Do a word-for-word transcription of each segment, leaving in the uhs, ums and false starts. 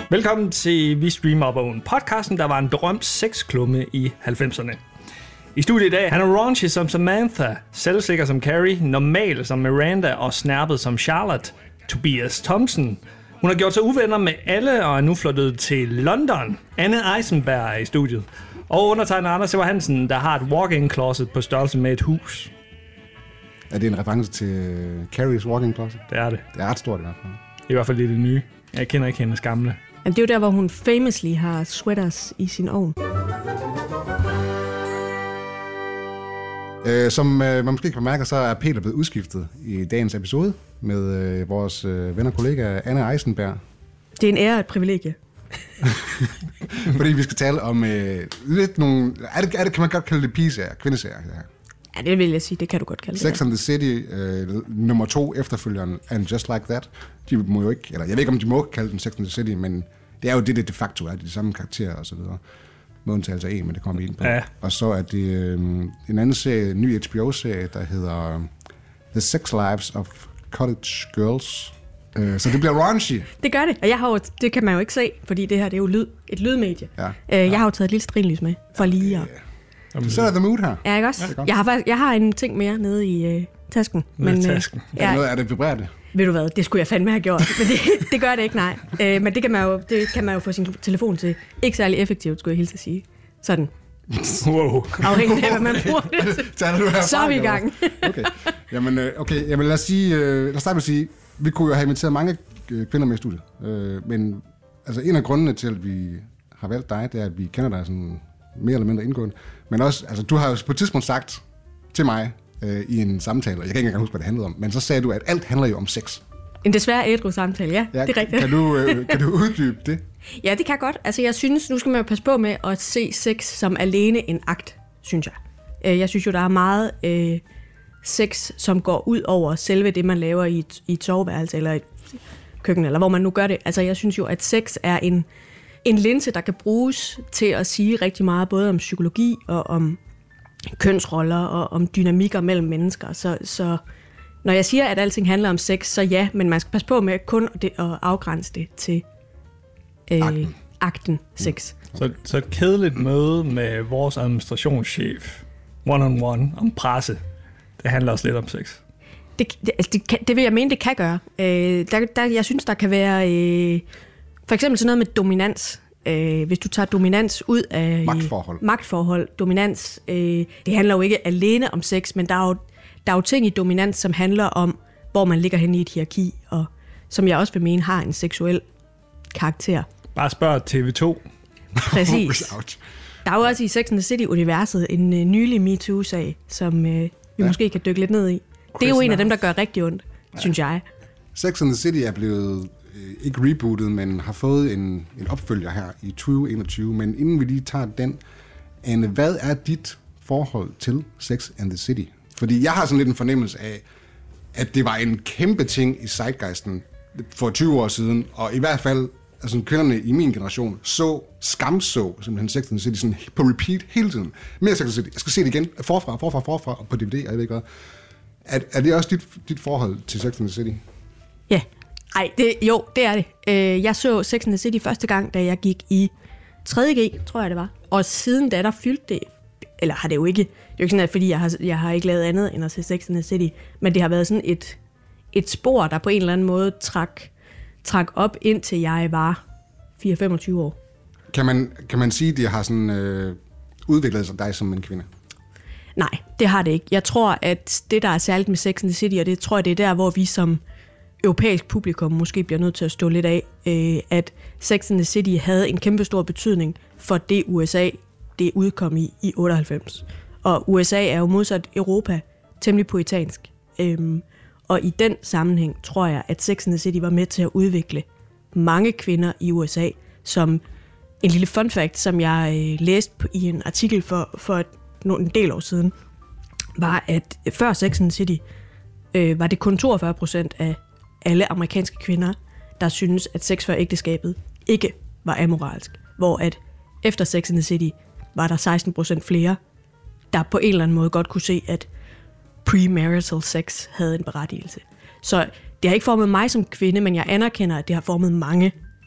Velkommen til Vi Streamer Op Oven, podcasten, der var en berømt sexklumme i halvfemserne. I studiet i dag, han er raunchy som Samantha, selvsikker som Carrie, normal som Miranda og snærpet som Charlotte. Tobias Thompson. Hun har gjort sig uvenner med alle og er nu flyttet til London. Anne Eisenberg er i studiet. Og undertegner Anders Sever Hansen, der har et walk-in closet på størrelse med et hus. Er det en reference til Carries walk-in closet? Det er det. Det er ret stort i hvert fald. I hvert fald det er det nye. Jeg kender ikke hendes gamle. Men det er jo der, hvor hun famously har sweaters i sin ovn. Øh, som øh, man måske kan bemærke, så er Peter blevet udskiftet i dagens episode med øh, vores øh, ven og kollega Anne Eisenberg. Det er en ære og et privilegie. Fordi vi skal tale om øh, lidt nogle... Er det, er det, kan man godt kalde det pigesager, kvindeserier? Ja. Ja, det vil jeg sige. Det kan du godt kalde det. Sex and the City, øh, nummer to efterfølgeren, And Just Like That. De må jo ikke... Eller jeg ved ikke, om de må kalde den Sex and the City, men det er jo det, det de facto er. De samme karakterer og så videre. Med undtagelse af en, men det kommer vi ind på. Ja. Og så er det øh, en anden serie, en ny H B O-serie, der hedder The Sex Lives of College Girls. Øh, så det bliver raunchy. Det gør det, og jeg har jo, det kan man jo ikke se, fordi det her det er jo lyd, et lydmedie. Ja. Øh, jeg ja. har jo taget et lille strinlys med, for lige at... Så er der the mood her. Ja, ikke også? Ja, jeg, har faktisk, jeg har en ting mere nede i øh, tasken. Nede men, i tasken? Øh, ja, noget af det vibrerer det. Ved du hvad, det skulle jeg fandme have gjort, men det, det gør det ikke, nej. Øh, men det kan, man jo, det kan man jo få sin telefon til. Ikke særlig effektivt, skulle jeg hilse at sige. Sådan. Wow. Afhængig af, hvad man bruger det til. Så er vi i gang. Okay. Jamen, okay. Jamen lad os sige, lad os starte med at sige, vi kunne jo have inviteret mange kvinder med i studiet. Men altså, en af grundene til, at vi har valgt dig, det er, at vi kender dig sådan mere eller mindre indgående. Men også, altså du har jo på et tidspunkt sagt til mig øh, i en samtale, og jeg kan ikke engang huske, hvad det handlede om, men så sagde du, at alt handler jo om sex. En desværre ædru samtale, ja, ja, det er rigtigt. Kan du, øh, kan du uddybe det? Ja, det kan jeg godt. Altså jeg synes, nu skal man jo passe på med at se sex som alene en akt, synes jeg. Jeg synes jo, der er meget øh, sex, som går ud over selve det, man laver i et, i et soveværelse eller et køkken, eller hvor man nu gør det. Altså jeg synes jo, at sex er en, en linse, der kan bruges til at sige rigtig meget, både om psykologi og om kønsroller og om dynamikker mellem mennesker. Så, så når jeg siger, at alting handler om sex, så ja, men man skal passe på med kun det, at afgrænse det til øh, akten. akten sex. Så, så et kedeligt møde med vores administrationschef, one-on-one, om presse, det handler også lidt om sex. Det, det, altså det, kan, det vil jeg mene, det kan gøre. Øh, der, der, jeg synes, der kan være øh, for eksempel sådan noget med dominans. Øh, hvis du tager dominans ud af... Magtforhold. Magtforhold, dominans. Øh, det handler jo ikke alene om sex, men der er jo, der er jo ting i dominans, som handler om, hvor man ligger hen i et hierarki, og som jeg også vil mene har en seksuel karakter. Bare spørg T V to. Præcis. Der er jo også i Sex and the City-universet en uh, nylig MeToo-sag, som uh, vi ja. måske kan dykke lidt ned i. Det er jo en af dem, der gør rigtig ondt, ja. synes jeg. Sex and the City er blevet, øh, ikke rebootet, men har fået en, en opfølger her i tyve enogtyve. Men inden vi lige tager den, Anne, hvad er dit forhold til Sex and the City? Fordi jeg har sådan lidt en fornemmelse af, at det var en kæmpe ting i zeitgeisten for tyve år siden, og i hvert fald altså kvinderne i min generation så skamså simpelthen Sex and the City sådan på repeat hele tiden. Mere Sex and the City. Jeg skal se det igen. Forfra, forfra, forfra, og på D V D, og jeg ved ikke hvad. Er, er det også dit, dit forhold til Sex and the City? Ja. Ej, det, jo, det er det. Jeg så Sex and the City første gang, da jeg gik i tredje G, tror jeg det var. Og siden da, der fyldte det, eller har det jo ikke, det er jo ikke sådan, at fordi jeg har, jeg har ikke lavet andet end at se Sex and the City, men det har været sådan et, et spor, der på en eller anden måde trak, trak op, indtil jeg var fireogtyve til femogtyve år. Kan man, kan man sige, at det har sådan, øh, udviklet sig dig som en kvinde? Nej, det har det ikke. Jeg tror, at det, der er særligt med Sex and the City, og det tror jeg, det er der, hvor vi som europæisk publikum måske bliver nødt til at stå lidt af, øh, at Sex and the City havde en kæmpe stor betydning for det U S A, det udkom i i otteoghalvfems. Og U S A er jo modsat Europa temmelig puritansk. Øhm, og i den sammenhæng tror jeg, at Sex and the City var med til at udvikle mange kvinder i U S A, som en lille fun fact, som jeg øh, læste i en artikel for, for en del år siden, var, at før Sex and the City øh, var det kun toogfyrre procent af alle amerikanske kvinder, der synes, at sex før ægteskabet ikke var amoralsk. Hvor at efter Sex and the City var der seksten procent flere, der på en eller anden måde godt kunne se, at premarital sex havde en berettigelse. Så det har ikke formet mig som kvinde, men jeg anerkender, at det har formet mange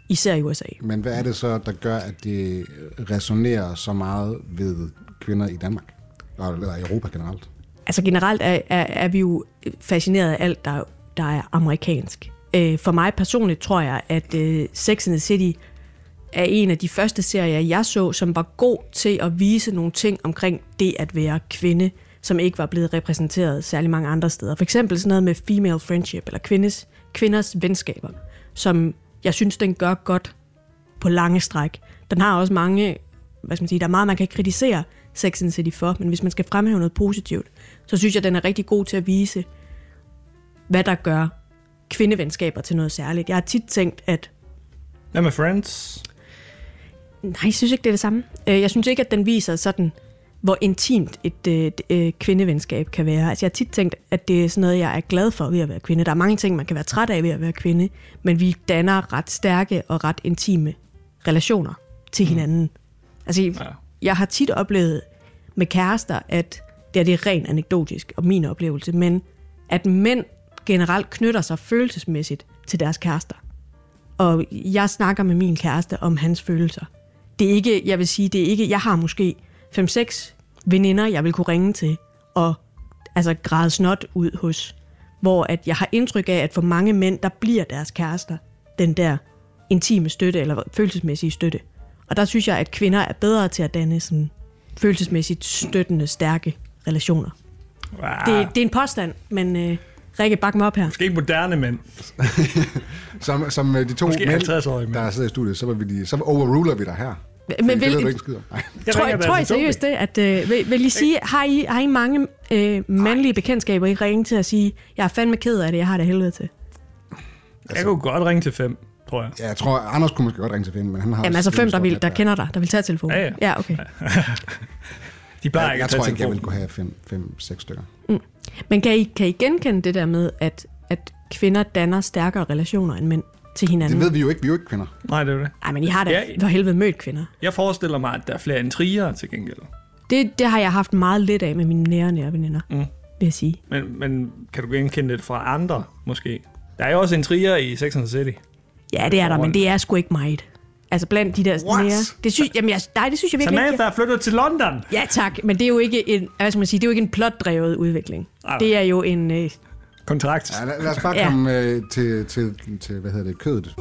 især i U S A. Men hvad er det så, der gør, at det resonerer så meget ved kvinder i Danmark? Eller i Europa generelt? Altså generelt er, er, er vi jo fascineret af alt, der, der er amerikansk. For mig personligt tror jeg, at Sex and the City er en af de første serier, jeg så, som var god til at vise nogle ting omkring det at være kvinde, som ikke var blevet repræsenteret særlig mange andre steder. For eksempel sådan noget med female friendship, eller kvinders, kvinders venskaber, som jeg synes, den gør godt på lange stræk. Den har også mange, hvad skal man sige, der er meget, man kan kritisere Sex and the City for, men hvis man skal fremhæve noget positivt, så synes jeg, den er rigtig god til at vise, hvad der gør kvindevenskaber til noget særligt. Jeg har tit tænkt, at... Hvad med Friends? Nej, jeg synes ikke, det er det samme. Jeg synes ikke, at den viser sådan, hvor intimt et, et, et kvindevenskab kan være. Altså, jeg har tit tænkt, at det er sådan noget, jeg er glad for ved at være kvinde. Der er mange ting, man kan være træt af ved at være kvinde, men vi danner ret stærke og ret intime relationer til hinanden. Mm. Altså, ja. Jeg har tit oplevet med kærester, at det er, det er rent anekdotisk og min oplevelse, men at mænd generelt knytter sig følelsesmæssigt til deres kærester. Og jeg snakker med min kæreste om hans følelser. Det er ikke, jeg vil sige, det er ikke, jeg har måske fem seks veninder, jeg vil kunne ringe til og altså græde snot ud hos, hvor at jeg har indtryk af, at for mange mænd, der bliver deres kærester den der intime støtte eller følelsesmæssige støtte. Og der synes jeg, at kvinder er bedre til at danne sådan følelsesmæssigt støttende, stærke relationer. Wow. Det, det er en påstand, men øh, Rikke, bak mig op her. Måske ikke moderne mænd. som, som de to Måske mænd, der sidder i studiet, så, var vi de, så overruler vi dig her. Men vil, det tror, tror I seriøst det, at øh, vil, vil I sige, har I, har I mange øh, mandlige bekendtskaber, I ringe til at sige, jeg er fandme ked af det, jeg har det helvede til? Jeg altså, kunne godt ringe til fem, tror jeg. Ja, jeg tror, Anders kunne måske godt ringe til fem, men han har... Jamen altså fem, der, vil, der kender dig, der vil tage telefonen. Ja, ja. Ja, okay. De plejer jeg, ikke jeg at tage tror ikke, telefonen. jeg vil kunne have fem, fem, seks stykker. Mm. Men kan I, kan I genkende det der med, at, at kvinder danner stærkere relationer end mænd til hinanden? Det ved vi jo ikke, vi er jo ikke kvinder. Nej, det er det. Nej, men I har da Ja, for helvede mødt kvinder. Jeg forestiller mig, at der er flere intriger til gengæld. Det, det har jeg haft meget lidt af med mine nære nære veninder, mm. vil jeg sige. Men, men kan du genkende det fra andre, måske? Der er jo også intriger i Sex and the City. Ja, det er der, men det er sgu ikke meget. Altså blandt de der What? nære... Det synes, jamen, jeg, nej, det synes jeg virkelig Samantha ikke. er flyttet til London. Ja, tak, men det er jo ikke en, hvad skal man sige, det er jo ikke en plotdrevet udvikling. Ej, det er jo en... Øh, kontrakt. Ja, lad, lad os bare Ja. komme øh, til, til, til, hvad hedder det, kødet.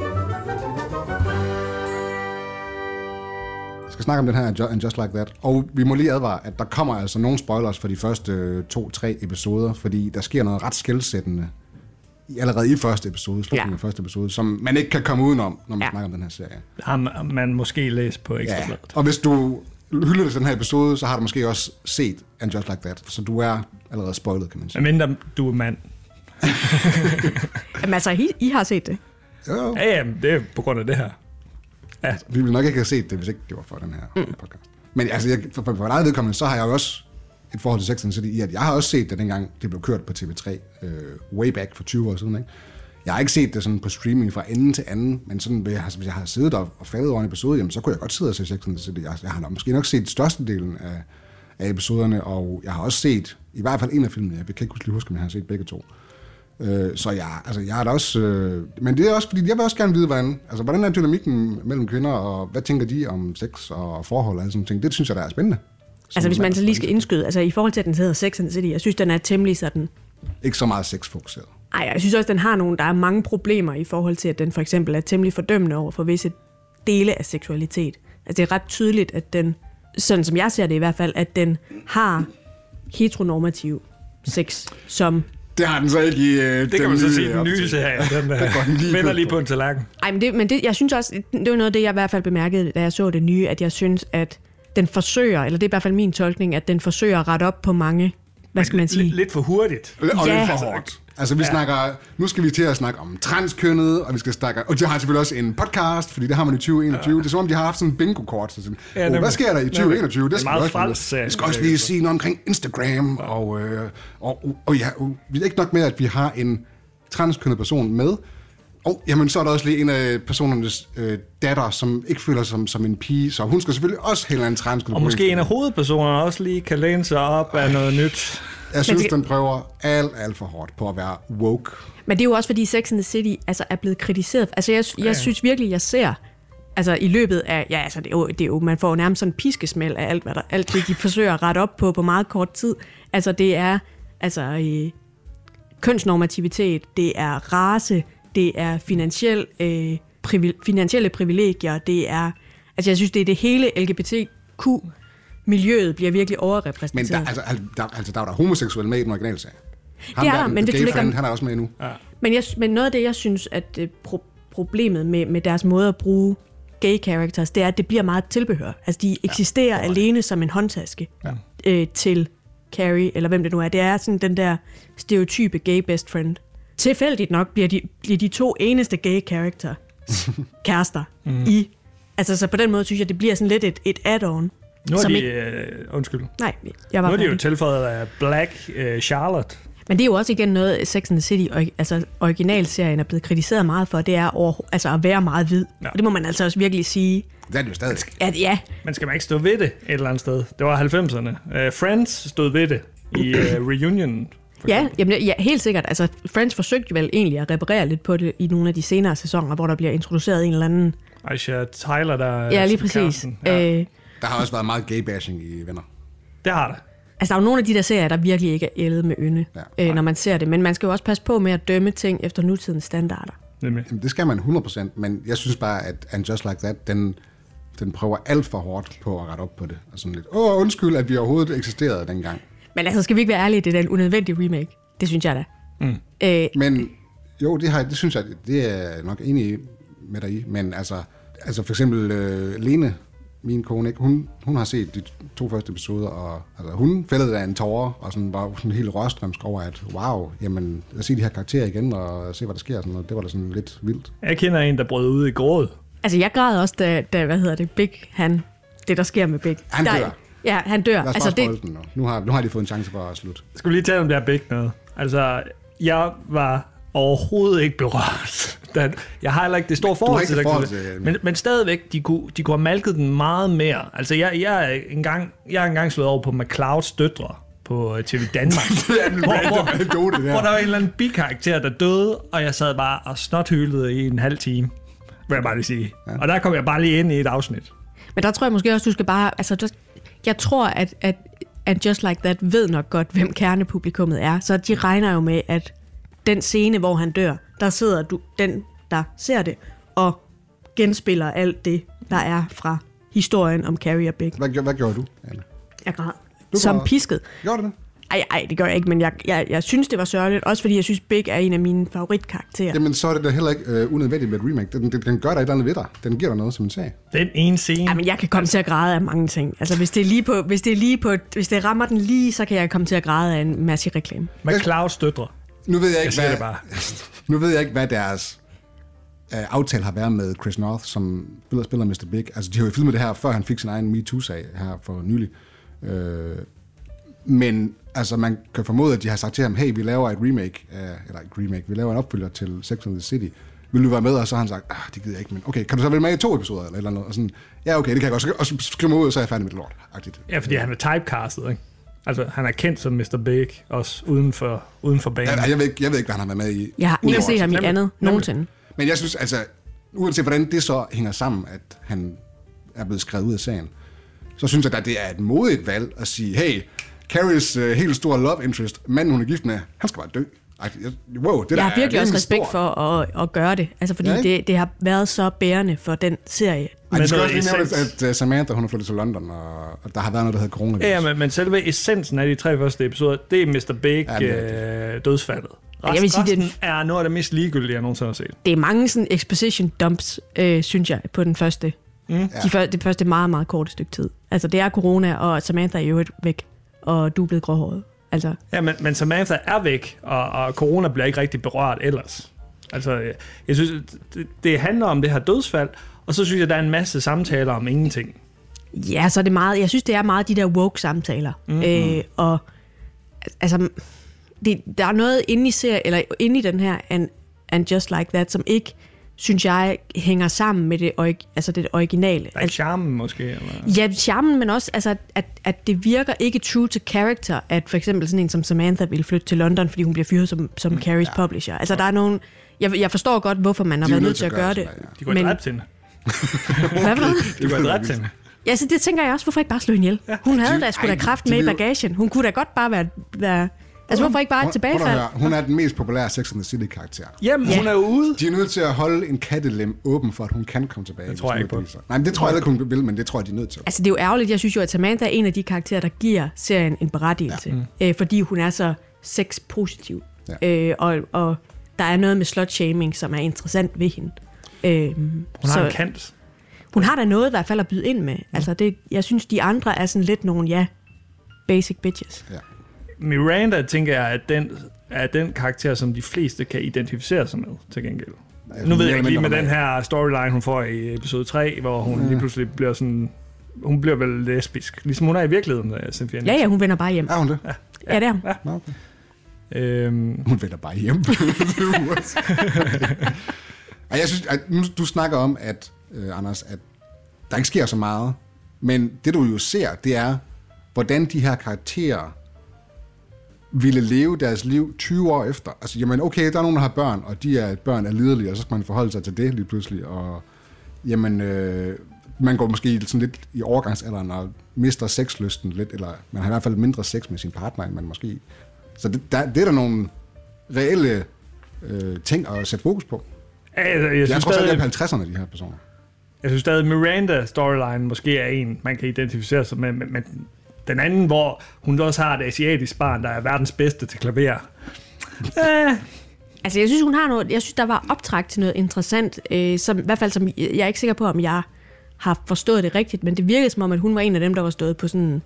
Jeg skal snakke om den her Ju- And Just Like That. Og vi må lige advare, at der kommer altså nogle spoilers for de første to-tre episoder, fordi der sker noget ret skelsættende allerede i første episode, slutningen Ja. af første episode, som man ikke kan komme udenom, når man Ja. snakker om den her serie. Har man måske læst på Ja. Ekstrabladet. Og hvis du hylder det til den her episode, så har du måske også set And Just Like That. Så du er allerede spoilet, kan man sige. Men mindre du er mand. jamen altså, I, I har set det. Jo. Ja, jamen, det er på grund af det her. Ja. Vi ville nok ikke have set det, hvis ikke det var for den her mm. podcast. Men altså, jeg, for, for, for eget vedkommende, så har jeg jo også et forhold til Sex and the City i, at jeg har også set det dengang, det blev kørt på T V tre, øh, way back for tyve år siden, ikke? Jeg har ikke set det sådan på streaming fra ende til anden, men sådan, hvis jeg har, hvis jeg har siddet og, og faldet over en episode, jamen, så kunne jeg godt sidde og se Sex and the City. Jeg, jeg har nok, måske nok set størstedelen af, af episoderne, og jeg har også set, i hvert fald en af filmene, jeg kan ikke lige huske, om jeg har set begge to. Øh, så jeg, altså, jeg er da også... Øh, men det er også, fordi jeg vil også gerne vide, hvordan, altså, hvordan er dynamikken mellem kvinder, og hvad tænker de om sex og forhold og alle sådan ting. Det synes jeg, der er spændende. Altså hvis man så lige skal indskyde, altså i forhold til, at den hedder Sex and the City, jeg synes, den er temmelig sådan... Ikke så meget sexfokuseret. Ej, jeg synes også, den har nogle, der er mange problemer i forhold til, at den for eksempel er temmelig fordømmende over for visse dele af seksualitet. Altså det er ret tydeligt, at den, sådan som jeg ser det i hvert fald, at den har heteronormativ sex som... Det har den så ikke i... Øh, Det kan man så sige, den nye serie. Den uh, vender lige på en tallerken. Ej, men, det, men det, jeg synes også, det var noget af det, jeg i hvert fald bemærkede, da jeg så det nye, at jeg synes, at den forsøger, eller det er i hvert fald min tolkning, at den forsøger at rette op på mange, hvad skal man sige? Lidt, lidt for hurtigt. Og Ja. lidt for hårdt. Altså vi ja. snakker, nu skal vi til at snakke om transkønnet, og vi skal snakke, og de har selvfølgelig også en podcast, fordi det har man i tyve enogtyve. Ja. Det er som om, de har haft sådan en bingo-kort. Så sådan, Ja, oh, hvad sker der i tyve enogtyve? Det Det er skal meget vi også, frelst, vi skal også lige sige noget omkring Instagram, og, øh, og, og, og ja, og, vi er ikke nok med, at vi har en transkønnet person med. Og jamen, så er der også lige en af personernes øh, datter, som ikke føler sig som, som en pige, så hun skal selvfølgelig også have en transkønnet. Og måske en af hovedpersonerne også lige kan læne sig op af noget nyt. Jeg synes, det- den prøver alt, alt for hårdt på at være woke. Men det er jo også, fordi Sex and the City altså, er blevet kritiseret. Altså, jeg, jeg synes virkelig, jeg ser Altså i løbet af, ja, altså det er jo, det er jo man får jo nærmest sådan en piskesmæld af alt, hvad der, alt det, de forsøger at rette op på på meget kort tid. Altså det er altså øh, kønsnormativitet, det er race, det er finansiel, øh, privi, finansielle privilegier, det er, altså jeg synes, det er det hele L G B T Q-miljøet bliver virkelig overrepræsenteret. Men der, altså, der, altså, der er der homoseksuelle med i den originale sag. Ham det er der, der, men det ligger... friend, han er også med nu. Ja. Men, jeg, men noget af det, jeg synes, at øh, pro- problemet med, med deres måde at bruge gay characters, det er, at det bliver meget tilbehør. Altså, de eksisterer ja, alene som en håndtaske ja. øh, til Carrie, eller hvem det nu er. Det er sådan den der stereotype gay best friend. Tilfældigt nok bliver de, bliver de to eneste gay character kærester mm. i. Altså, så på den måde synes jeg, det bliver sådan lidt et, et add-on. Nu er de... Ikke, øh, undskyld. Nej, jeg var Nu er de færdig. jo tilføjet af Black øh, Charlotte. Men det er jo også igen noget, Sex and the City, altså originalserien er blevet kritiseret meget for, det er over, altså at være meget hvid. Ja. Og det må man altså også virkelig sige. Det er det jo stadig. At, ja. Men skal man ikke stå ved det et eller andet sted? Det var halvfemserne. Uh, Friends stod ved det i uh, Reunion. Ja, jamen, ja, helt sikkert. Altså, Friends forsøgte vel egentlig at reparere lidt på det i nogle af de senere sæsoner, hvor der bliver introduceret en eller anden... Aisha Tyler, der... Ja, lige præcis. Ja. Øh, der har også været meget gay-bashing i Venner. Det har der. Altså, der er jo nogle af de der serier, der virkelig ikke er ældet med ynde, ja, øh, når man ser det. Men man skal jo også passe på med at dømme ting efter nutidens standarder. Jamen, det skal man hundrede procent, men jeg synes bare, at And Just Like That, den, den prøver alt for hårdt på at rette op på det. Og sådan lidt, åh, undskyld, at vi overhovedet eksisterede dengang. Men altså, skal vi ikke være ærlige, det er en unødvendig remake. Det synes jeg da. Mm. Øh, men jo, det, har, det synes jeg, det er jeg nok enig med dig i. Men altså, altså for eksempel øh, Lene, min kone, ikke? Hun, hun har set de to første episoder, og altså, hun fældede af en tårer, og sådan var sådan helt rørstrømsk over, at wow, jamen, lad os se de her karakterer igen, og se, hvad der sker. Sådan noget. Det var da sådan lidt vildt. Jeg kender en, der brød ud i gråd. Altså, jeg græd også, da, da hvad hedder det, Big, han, det der sker med Big. Han dør. Der, ja, han dør. Lad os altså, det... nu. Nu, har, nu har de fået en chance for at slutte. Skal vi lige tale om det her Big noget? Altså, jeg var overhovedet ikke berørt. Jeg har heller ikke det store forhold til det. Men, men stadigvæk, de kunne, de kunne have malket den meget mere. Altså, jeg, jeg, er engang, jeg er engang slået over på McClouds døtre på T V Danmark. Det er en hvor, anekdote, hvor, hvor der var en eller anden bikarakter, der døde, og jeg sad bare og snothylede i en halv time, vil jeg bare lige sige. Ja. Og der kom jeg bare lige ind i et afsnit. Men der tror jeg måske også, du skal bare... Altså, der, jeg tror, at, at And Just Like That ved nok godt, hvem kernepublikummet er. Så de regner jo med, at den scene, hvor han dør, der sidder du, den, der ser det, og genspiller alt det, der er fra historien om Carrie og Big. Hvad, hvad gjorde du, Anne? Jeg græd. Som var... pisket. Gjorde du det? Ej, ej, det gør jeg ikke, men jeg, jeg, jeg synes, det var sørgeligt. Også fordi jeg synes, Big er en af mine favoritkarakterer. Jamen, så er det da heller ikke øh, unødvendigt med et remake. Den, den, den gør der et eller andet ved dig. Den giver dig noget, som en sag. Den ene scene... Jamen, jeg kan komme til at græde af mange ting. Altså, hvis det er lige på... Hvis det, er lige på, hvis det rammer den lige, så kan jeg komme til at græde af en masse reklame. McClouds døtre. Nu ved jeg ikke, jeg hvad, bare. nu ved jeg ikke, hvad deres øh, aftale har været med Chris North, som spiller, spiller mister Big. Altså, de har jo filmet det her, før han fik sin egen MeToo-sag her for nylig. Øh, men altså, man kan formode, at de har sagt til ham, hey, vi laver et remake, øh, eller ikke remake, vi laver en opfølger til Sex and the City. Vil du være med? Og så har han sagt, ah, det gider jeg ikke, men okay, kan du så være med i to episoder, eller eller noget? Og sådan, ja, okay, det kan jeg godt. Og så skriver mig ud, og så er jeg færdig med det lort. Agtigt. Ja, fordi han er typecastet, ikke? Altså, han er kendt som mister Big, også uden for, uden for banen. Jeg, jeg, ved ikke, jeg ved ikke, hvad han har været med i. Jeg har ikke set ham i andet nogensinde. Men jeg synes, altså, uanset hvordan det så hænger sammen, at han er blevet skrevet ud af sagen, så synes jeg, at det er et modigt valg at sige, hey, Carries uh, helt store love interest, manden hun er gift med, han skal bare dø. Wow, det jeg der har virkelig også respekt stor. for at, at gøre det, altså fordi ja, det, det har været så bærende for den serie. Ej, det skal også lige nævne, at, at Samantha hun har flyttet til London, og, og der har været noget, der hedder corona. Ja, men, men selve essensen af de tre første episoder, det er mister Big ja, øh, dødsfaldet. Rest, jeg vil sige, resten det er noget af det mest ligegyldige, jeg nogensinde har set. Det er mange sådan exposition dumps, øh, synes jeg, på den første. Mm. De for, det første meget, meget korte stykke tid. Altså, det er corona, og Samantha er jo væk, og du er blevet gråhåret. Altså. Ja, men, men Samantha er væk, og, og corona bliver ikke rigtig berørt ellers. Altså, jeg synes, det, det handler om det her dødsfald, og så synes jeg, der er en masse samtaler om ingenting. Ja, så er det meget, jeg synes, det er meget de der woke-samtaler. Mm-hmm. Øh, og altså, det, der er noget inde i serie, eller inde i den her and, and Just Like That, som ikke, synes jeg, hænger sammen med det, altså det originale. Der er altså, charmen måske? Eller? Ja, charmen, men også, altså, at, at det virker ikke true to character, at for eksempel sådan en som Samantha vil flytte til London, fordi hun bliver fyret som, som mm, Carries ja. publisher. Altså, der er nogen... Jeg, jeg forstår godt, hvorfor man har været nødt til at gøre det. Ja. De kunne have dræbt hende. Hvad for noget? Du kunne have dræbt hende. Ja, så det tænker jeg også. Hvorfor ikke bare slå hende ihjel? Hun havde De- da sgu da ej, kraft de med i vil jo- bagagen. Hun kunne da godt bare være... være altså, hvorfor ikke bare et Prøv- prøv at tilbagefald? høre, Hun er den mest populære Sex and the City-karakter. Jamen, Ja. hun er jo ude. De er nødt til at holde en kattelem åben, for at hun kan komme tilbage. Det tror jeg hvis ikke på. hun beviser. Nej, men det tror jeg ikke, hun vil, men det tror jeg, de er nødt til. Altså, det er jo ærgerligt. Jeg synes jo, at Samantha er en af de karakterer, der giver serien en berettigelse. Ja. Øh, fordi hun er så sex-positiv. Ja. Øh, og, og der er noget med slut-shaming, som er interessant ved hende. Øh, Hun har en kant. Hun har da noget i hvert fald at byde ind med. Altså, det, jeg synes, de andre er sådan lidt nogle, ja, basic bitches. Ja. Miranda, tænker jeg, at den er den karakter, som de fleste kan identificere sig med, til gengæld. Nej, Nu hun ved er jeg ikke lige med mindre den her storyline, hun får i episode tre, hvor hun Mm. lige pludselig bliver sådan... Hun bliver vel lesbisk, ligesom hun er i virkeligheden, Cynthia Ja, ja, hun vender bare hjem. Er hun det? Ja, det er hun. Nå, okay. Øhm, Hun vender bare hjem. Ej, jeg synes, at nu, du snakker om, at, øh, Anders, at der ikke sker så meget. Men det, du jo ser, det er, hvordan de her karakterer ville leve deres liv tyve år efter. Altså, jamen, okay, der er nogen, der har børn, og de er børn er liderlige, og så skal man forholde sig til det lige pludselig. Og jamen, øh, man går måske sådan lidt i overgangsalderen og mister sexlysten lidt, eller man har i hvert fald mindre sex med sin partner, end man måske... Så det, der, det er der nogle reelle øh, ting at sætte fokus på. altså, jeg, Jeg synes tror stadig, stadig, det er halvtredserne, de her personer. jeg synes stadig, Miranda-storyline måske er en, man kan identificere sig med, men, men den anden, hvor hun også har et asiatisk barn, der er verdens bedste til klaver. Eh, Altså, jeg synes, hun har noget... Jeg synes, der var optræk til noget interessant, øh, som, i hvert fald som... Jeg er ikke sikker på, om jeg har forstået det rigtigt, men det virkede som om, at hun var en af dem, der var stået på sådan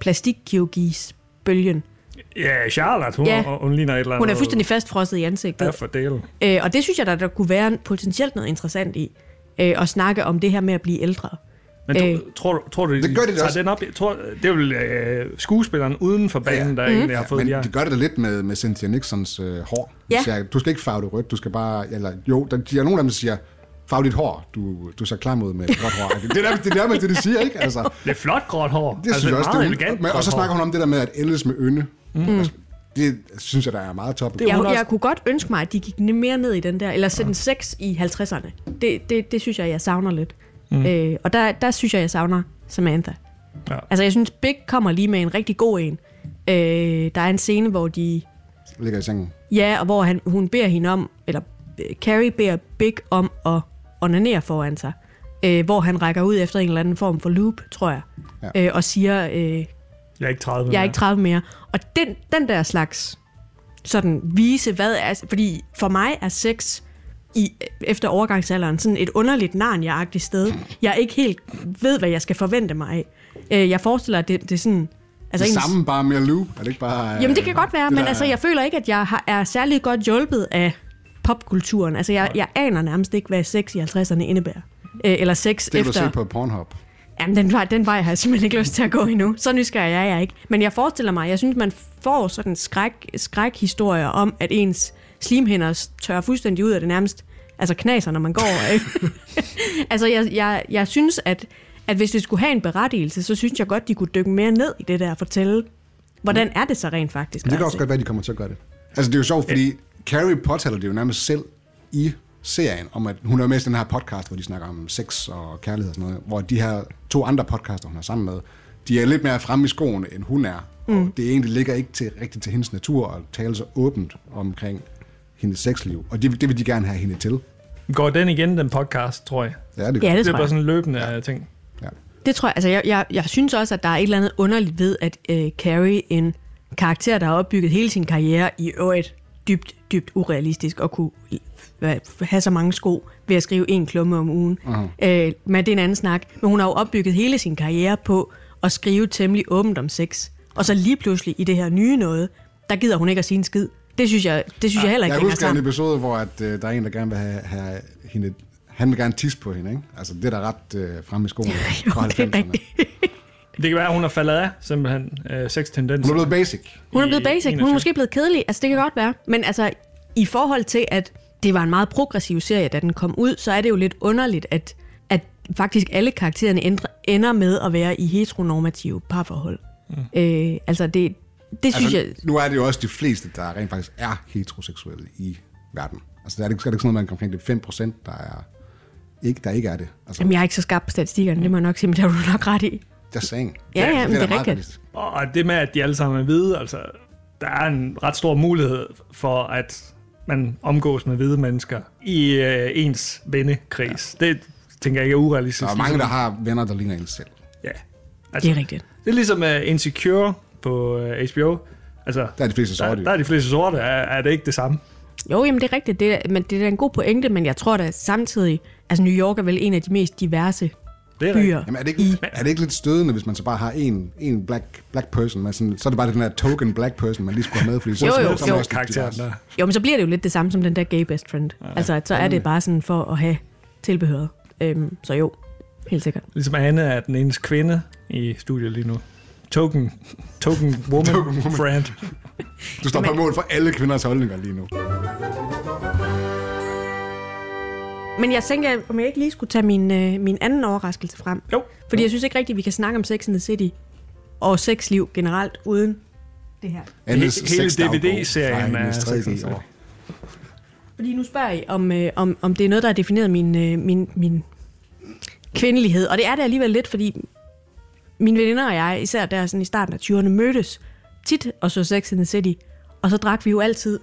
plastikkirurgis-bølgen. ja, Charlotte, hun, Ja. ja. hun ligner et eller andet. Hun er fuldstændig fastfrosset i ansigtet. Ja, for delen. Øh, og det synes jeg, der, der kunne være potentielt noget interessant i. Øh, at snakke om det her med at blive ældre. Men du, Øh. tror, du- tror du, Det gør de da tager også. den op? Jeg tror, det er vel øh, skuespilleren uden for banen, Ja. der egentlig har fået Men de her. de gør det da lidt med, med Cynthia Nixons øh, hår. De Ja. siger, du skal ikke farve det rødt, du skal bare... Eller, jo, der, de er nogle af dem, der siger, farve dit hår, du, du ser klam ud med et gråt hår. Det er der, det er der med det, de siger, ikke? Altså, Det er flot gråt hår. det synes jeg også. meget Det er, elegant men, og så gråt snakker hår. hun om det der med at ældes med ynde. Mm. Altså, det synes jeg, der er meget top. Det er Jeg, hun også- jeg kunne godt ønske mig, at de gik mere ned i den der, eller sætte en sex i halvtredserne. Det, det, det synes jeg, jeg savner lidt. Mm. Øh, og der, der synes jeg, jeg savner Samantha. Ja. Altså, jeg synes, Big kommer lige med en rigtig god en. Øh, der er en scene, hvor de... Ligger i sengen. Ja, og hvor han, hun beder hende om, eller øh, Carrie beder Big om at onanere foran sig. Øh, hvor han rækker ud efter en eller anden form for loop, tror jeg. Ja. Øh, og siger... Øh, Jeg er ikke tredive. jeg er mere. ikke tredive mere. Og den, den der slags sådan vise, hvad er... Fordi for mig er sex i, efter overgangsalderen sådan et underligt Narnia-agtigt sted. Jeg ikke helt ved, hvad jeg skal forvente mig af. Øh, Jeg forestiller, at det, det er sådan... Altså det ens- samme, bare mere loop. Er det ikke bare... Jamen det kan godt være, det men der- altså, jeg føler ikke, at jeg har, er særlig godt hjulpet af popkulturen. Altså jeg, jeg aner nærmest ikke, hvad sex i halvtredserne indebærer. Øh, eller sex Det er du efter... se på Pornhub. Jamen, den vej, den vej har jeg simpelthen ikke lyst til at gå endnu. Så nysgerrig er jeg ikke. Men jeg forestiller mig, jeg synes, man får sådan skræk, skrækhistorier om, at ens slimhinder tørrer fuldstændig ud af det nærmest. Altså knaser, når man går. Ikke? altså, jeg, jeg, jeg synes, at, at hvis det skulle have en berettigelse, så synes jeg godt, de kunne dykke mere ned i det der og fortælle, hvordan er det så rent faktisk. Men det kan altså? også godt være, at de kommer til at gøre det. Altså det er jo sjovt, fordi Carrie påtaler det jo nærmest selv i serien, om at hun er med i den her podcast, hvor de snakker om sex og kærlighed og sådan noget, hvor de her to andre podcaster, hun er sammen med, de er lidt mere fremme i skoene, end hun er. Mm. Og det egentlig ligger ikke til, rigtigt til hendes natur at tale så åbent omkring hendes sexliv. Og det, det vil de gerne have hende til. Går den igen, den podcast, tror jeg? Ja, det, Ja, det Det er tror bare jeg. sådan en løbende ja. ting. ja. Det tror jeg. Altså, jeg, jeg, jeg synes også, at der er et eller andet underligt ved, at øh, Carrie, en karakter, der har opbygget hele sin karriere i øvrigt dybt, dybt urealistisk, og kunne øh, have så mange sko ved at skrive en klumme om ugen. Uh-huh. Øh, men det er en anden snak. Men hun har jo opbygget hele sin karriere på at skrive temmelig åbent om sex. Og så lige pludselig i det her nye noget, der gider hun ikke at sige en skid. Det synes jeg, det synes ja, jeg heller ikke Jeg hænger husker en sammen. episode, hvor at, øh, der er en, der gerne vil have, have hende... Han vil gerne tisse på hende, ikke? Altså, det er da ret øh, fremme i skoene. Jo, fra det er halvfemserne. rigtigt. Det kan være, at hun er faldet af, simpelthen, øh, sex-tendenser. Hun er blevet basic. Hun er blevet i basic. Hun er enogtyve. måske blevet kedelig. Altså, det kan godt være. Men altså, i forhold til, at det var en meget progressiv serie, da den kom ud, så er det jo lidt underligt, at, at faktisk alle karaktererne ender, ender med at være i heteronormative parforhold. Mm. Øh, altså, det, det synes Altså, jeg... nu er det jo også de fleste, der rent faktisk er heteroseksuelle i verden. Altså, der er det, er det ikke sådan noget, man kan omkring det fem procent, der er ikke, der ikke er det. Altså, Jamen, jeg er ikke så skarp på statistikkerne, det må jeg nok sige, men det har du nok ret i. just saying. Ja, ja, men det er meget rigtigt. realistisk. Og det med, at de alle sammen er hvide, altså, der er en ret stor mulighed for, at man omgås med hvide mennesker i øh, ens vennekreds. Ja. Det tænker jeg ikke er urealistisk. Der er mange, der har venner, der ligner en selv. Ja. Altså, det er rigtigt. Det er ligesom uh, Insecure på uh, H B O. Altså, Der er de fleste sorte. der, der er de fleste sorte. Er, er det ikke det samme? Jo, jamen det er rigtigt, det er, men det er en god pointe, men jeg tror da samtidig, altså New York er vel en af de mest diverse Det er byer. Jamen, er det, ikke, er det ikke lidt stødende, hvis man så bare har en, en black, black person? Man sådan, så er det bare den der token black person, man lige skulle have med, fordi så, Jo, jo, så, så, så, jo. også Karakteren der. Jo, men så bliver det jo lidt det samme som den der gay best friend. Ja, altså, så er det bare sådan for at have tilbehøret. Øhm, så jo, helt sikkert. Ligesom Anne er den eneste kvinde i studiet lige nu. Token, token woman, Token woman. friend. Du står på mål for alle kvinders holdninger lige nu. Men jeg tænker, om jeg ikke lige skulle tage min, øh, min anden overraskelse frem. Jo. Fordi jeg synes ikke rigtigt, vi kan snakke om Sex and the City og sexliv generelt uden det her. Andes Hele sexdagbog D V D-serien fra er hendes tredje Sex and the år. Fordi nu spørger I, om, øh, om, om det er noget, der har defineret min, øh, min, min kvindelighed. Og det er det alligevel lidt, fordi mine veninder og jeg, især der sådan i starten af tyverne, mødtes tit og så Sex and the City. Og så drak vi jo altid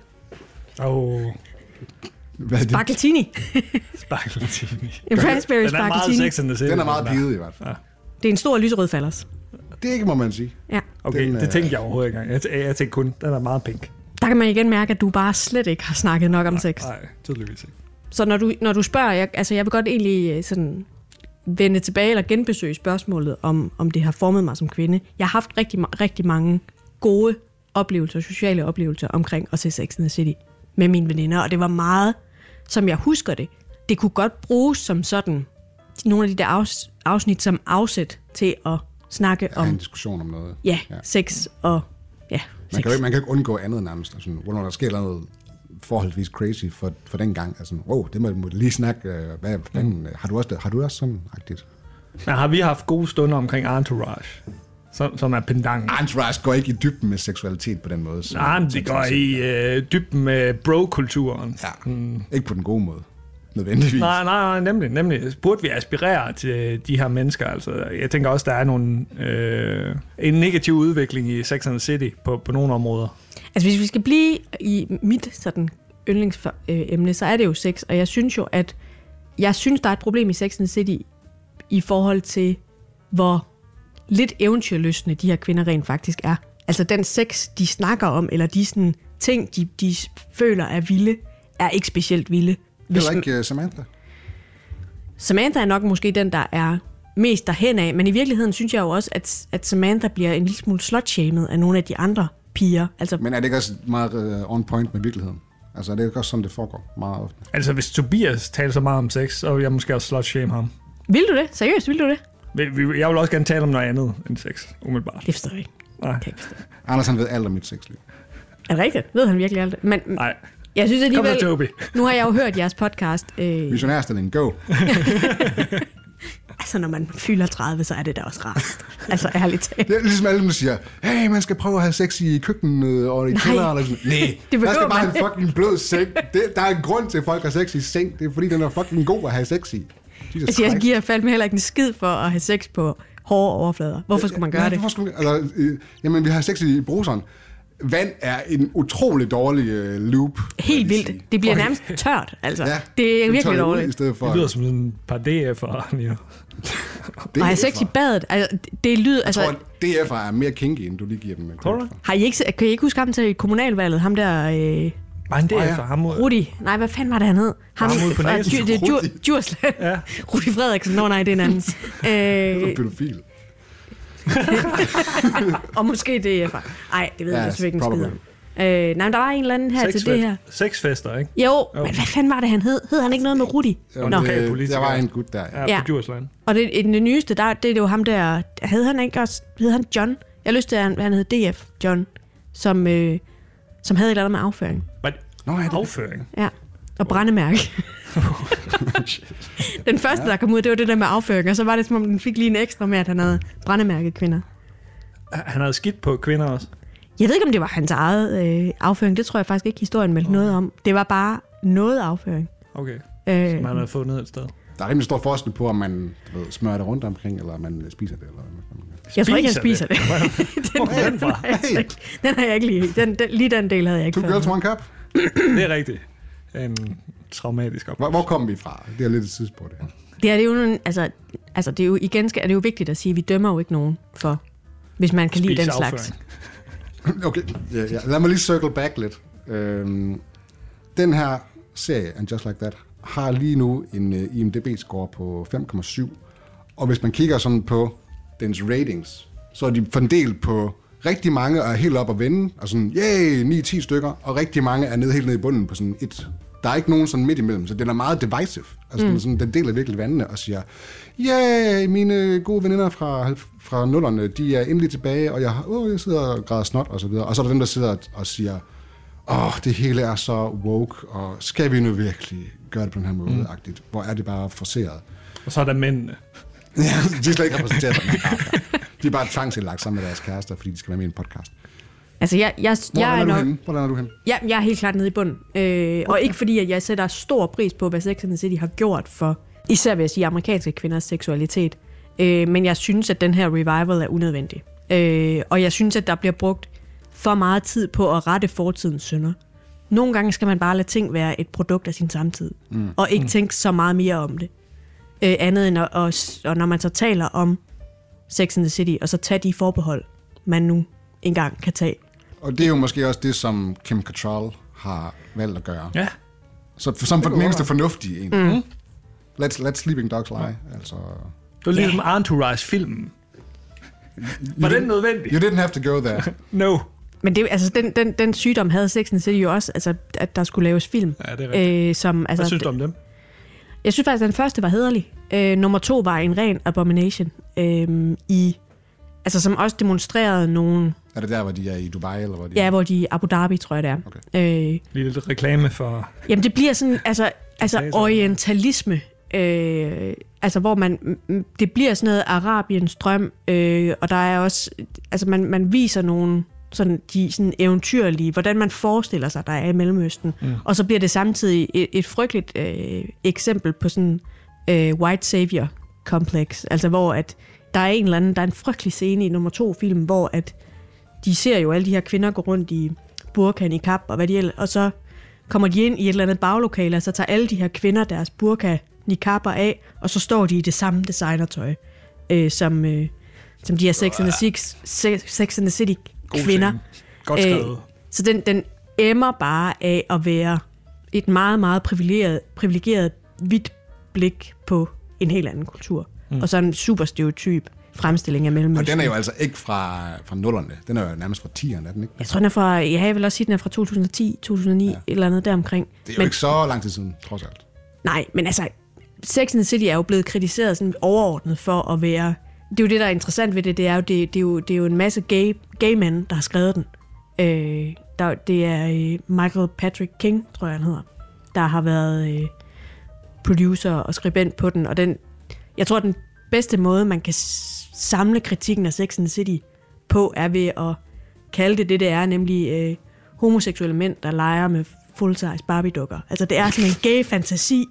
Oh, Hvad er det? sparkletini. sparkletini. En raspberry Den er meget sparkletini. Sex and the City. Den er meget piget i hvert fald. Ja. Det er en stor lyserød fallers. Det ikke må man sige. Ja. Okay, Den, det øh, tænkte jeg overhovedet ikke engang. Jeg, jeg tænkte kun, den er meget pink. Der kan man igen mærke, at du bare slet ikke har snakket nok om sex. Nej, tydeligvis ikke. Så når du, når du spørger, jeg, altså jeg vil godt egentlig øh, sådan vende tilbage eller genbesøge spørgsmålet, om, om det har formet mig som kvinde. Jeg har haft rigtig, rigtig mange gode oplevelser, sociale oplevelser omkring at se Sex and the City med mine veninder, og det var meget, som jeg husker det. Det kunne godt bruges som sådan, nogle af de der afs, afsnit som afsæt til at snakke Der er en om diskussion om noget. ja, Ja. sex og ja, Man sex. kan, jo ikke, man kan jo ikke undgå andet nærmest. Altså, hvornår der sker noget forholdsvis crazy for, for den gang. Altså, wow, det må må lige snakke. øh, Hvad, fanden, har, du også, det- har du også sådan agtigt? Men har vi haft gode stunder omkring Entourage, som, som er pendanten? Entourage går ikke i dybden med seksualitet på den måde. Så, Nej, men det går i øh, dybden med bro-kulturen. Ja, mm. ikke på den gode måde. Nødvendigvis. Nej, nej, nej, nemlig, nemlig. Burde vi aspirere til de her mennesker? Altså, jeg tænker også, der er nogle, øh, en negativ udvikling i Sex and the City på, på nogle områder. Altså hvis vi skal blive i mit sådan yndlingsemne, så er det jo sex, og jeg synes jo, at jeg synes, der er et problem i Sex and the City i forhold til, hvor lidt eventyrlystne de her kvinder rent faktisk er. Altså den sex, de snakker om, eller de sådan ting, de, de føler er vilde, er ikke specielt vilde. Hvis, Heller ikke uh, Samantha. Samantha er nok måske den, der er mest derhen af, men i virkeligheden synes jeg jo også, at, at Samantha bliver en lille smule slut-shamed af nogle af de andre piger. Altså, Men er det ikke også meget uh, on point med virkeligheden? Altså er det ikke også sådan, det foregår meget ofte? Altså, hvis Tobias taler så meget om sex, så vil jeg måske også slut-shame ham. vil du det? Seriøst, vil du det? Vi- vi- Jeg vil også gerne tale om noget andet end sex, umiddelbart. Det forstår jeg ikke. Nej, Kan jeg ikke forstå. Anders han ved alt om mit sexliv. Er det rigtigt? Ved han virkelig alt? Men nej. jeg synes Kom så, alligevel, Toby. nu har jeg jo hørt jeres podcast. Øh, Missionærstilling, go! altså, når man fylder tredive, så er det da også rart. Altså, ærligt talt. Det er ligesom alle, der siger, hey, man skal prøve at have sex i køkkenet og i kælderen. Nej, Nej det der skal behøver bare man en fucking blød seng. Det, der er en grund til, at folk har sex i seng. Det er fordi, den er fucking god at have sex i. Jesus Altså, jeg Christ. giver fandme heller ikke en skid for at have sex på hårde overflader. Hvorfor skulle man gøre Nej, det? Hvorfor skulle man, altså, øh, jamen, vi har sex i bruseren. Vand er en utrolig dårlig øh, loop. Helt vil jeg vildt. sige. Det bliver For- nærmest tørt, altså. Ja, Det er den virkelig tørrer ud dårligt. I stedet for, Det lyder som en par D F'ere. Ja. Og have sex i badet, altså, det lyder... Jeg Altså, tror, at D F'er er mere kinky, end du lige giver dem en Tror du credit for. har I ikke, kan I ikke huske ham til kommunalvalget? Ham der... Øh, Bare en D Åh, ja. F'er. Ham mod... Rudi. Nej, hvad fanden var det, han hed? Ham, Ham ude på fra næsen. Djur- det er Djur- Rudi. Djursland. Ja. Rudi Frederiksen. Nå nej, det er en anden. Det er øh, pædofil. og måske det er fra... Ej, det ved Ja, jeg selvfølgelig ikke en skid probably. om. Øh, nej, men der var en eller anden her til det her. Sexfester, ikke? Jo, Jo. men hvad fanden var det, han hed? Hed han ikke noget med Rudi? Jo, Nå. Okay, det, politiker. der var en gut der. Ja. Ja, Ja. på Djursland. Og det, i den nyeste, der, det er jo ham der... Hed han ikke også... Hed han John? Jeg har lyst til, at han, han hed D F John, som, øh, som havde et eller andet med afføring. Hvad? Nå, ja, det, Afføring. Ja, og brændemærke. Den første, der kom ud, det var det der med afføring, og så var det, som om den fik lige en ekstra med, at han havde brændemærket kvinder. Han havde skidt på kvinder også. Jeg ved ikke, om det var hans eget øh, afføring. Det tror jeg faktisk ikke, historien meldte noget om. Det var bare noget afføring. Okay. Øh, Som han havde fundet et sted. der er rimelig stor forskel på, om man du ved, smører det rundt omkring, eller man spiser det. Eller, jeg tror ikke, jeg spiser det. det. den, den, den, har jeg den har jeg ikke lige. Den, den, lige den del havde jeg ikke. Two girls, one cup. Det er rigtigt. En traumatisk oplevelse. Hvor, hvor kom vi fra? Det er lidt et tidspunkt, det her. Det er, det er jo, altså, altså det er jo igen er det jo vigtigt at sige, at vi dømmer jo ikke nogen for, hvis man kan lide den slags. Okay, ja, ja. Lad mig lige circle back lidt. Øhm, den her serie, And Just Like That, har lige nu en uh, I M D B-score på fem komma syv. Og hvis man kigger sådan på dens ratings, så er de fordelt på rigtig mange er helt op at vende, og sådan, yay, ni ti stykker, og rigtig mange er nede helt nede i bunden på sådan et. Der er ikke nogen sådan midt imellem, så den er meget divisive. Altså, mm. sådan, den deler virkelig vandene og siger, yeah, mine gode veninder fra, fra nullerne, de er endelig tilbage, og jeg, åh, jeg sidder og græder snot, og så videre. Og så er der dem, der sidder og siger, åh, oh, det hele er så woke, og skal vi nu virkelig gøre det på den her måde, mm. hvor er det bare forceret. Og så er der mændene. Ja, de er slet ikke repræsenteret på den her. De er bare tvangsindlagt sammen med deres kærester, fordi de skal være med i en podcast. Altså, jeg, jeg, Hvor jeg er, er du nok... henne? Hvordan er du henne? Ja, jeg er helt klart nede i bunden. Øh, okay. Og ikke fordi, at jeg sætter stor pris på, hvad Sex and the City har gjort for, især vil jeg sige, amerikanske kvinders seksualitet. Øh, men jeg synes, at den her revival er unødvendig. Øh, og jeg synes, at der bliver brugt for meget tid på at rette fortidens synder. Nogle gange skal man bare lade ting være et produkt af sin samtid, mm. og ikke mm. tænke så meget mere om det. Øh, andet end at, og, og når man så taler om Sex and the City, og så tage de forbehold, man nu engang kan tage. Og det er jo måske også det, som Kim Cattrall har valgt at gøre. Ja. Så for, som for den eneste fornuftige egentlig. Mm. Let's, let's Sleeping Dogs Lie. Ja. Altså. Det var ligesom yeah. Entourage-filmen. Var den nødvendig? You didn't have to go there. No. Men det, altså, den, den, den sygdom havde Sex and the City jo også, altså, at der skulle laves film. Ja, det er rigtigt. Øh, som, altså, Hvad synes du om dem? Jeg synes faktisk, at den første var hæderlig. Øh, nummer to var en ren abomination. Øh, i, altså, som også demonstrerede nogle... Er det der, hvor de er i Dubai? Eller hvor de ja, er? hvor de er i Abu Dhabi, tror jeg det er. Okay. Øh, Lige lidt reklame for... Jamen, det bliver sådan, altså, altså orientalisme. Øh, altså, hvor man... Det bliver sådan noget Arabiens drøm, øh, og der er også... Altså, man, man viser nogle... Sådan, de sådan eventyrlige, hvordan man forestiller sig, der er i Mellemøsten. Mm. Og så bliver det samtidig et, et frygteligt øh, eksempel på sådan øh, white savior complex. Altså hvor at der er en eller anden, der er en frygtelig scene i nummer to film, hvor at de ser jo alle de her kvinder gå rundt i burka, niqab og hvad de ellers, og så kommer de ind i et eller andet baglokale, og så tager alle de her kvinder deres burka, niqaber af, og så står de i det samme designertøj, øh, som, øh, som de her Sex and the, Six, Sex and the City kvinder. Godt skrevet. Øh, så den, den emmer bare af at være et meget, meget privilegeret, privilegeret hvidt blik på en helt anden kultur. Mm. Og så en super stereotyp fremstilling af Mellemøsten. Og den er jo altså ikke fra, fra nullerne. Den er jo nærmest fra tierne, er den ikke? Jeg tror, den er fra, jeg vil også sige, den er fra to tusind og ti, to tusind og ni, ja. Et eller andet deromkring. Det er jo men, ikke så lang tid siden, trods alt. Nej, men altså, Sex and the City er jo blevet kritiseret sådan overordnet for at være... Det er jo det, der er interessant ved det, det er jo, det, det er jo, det er jo en masse gay, gay mænd, der har skrevet den. Øh, der, det er øh, Michael Patrick King, tror jeg, han hedder, der har været øh, producer og skribent på den, og den, jeg tror, den bedste måde, man kan samle kritikken af Sex and the City på, er ved at kalde det det, det er, nemlig øh, homoseksuelle mænd, der leger med full-size Barbie-dukker. Altså, det er sådan en gay fantasi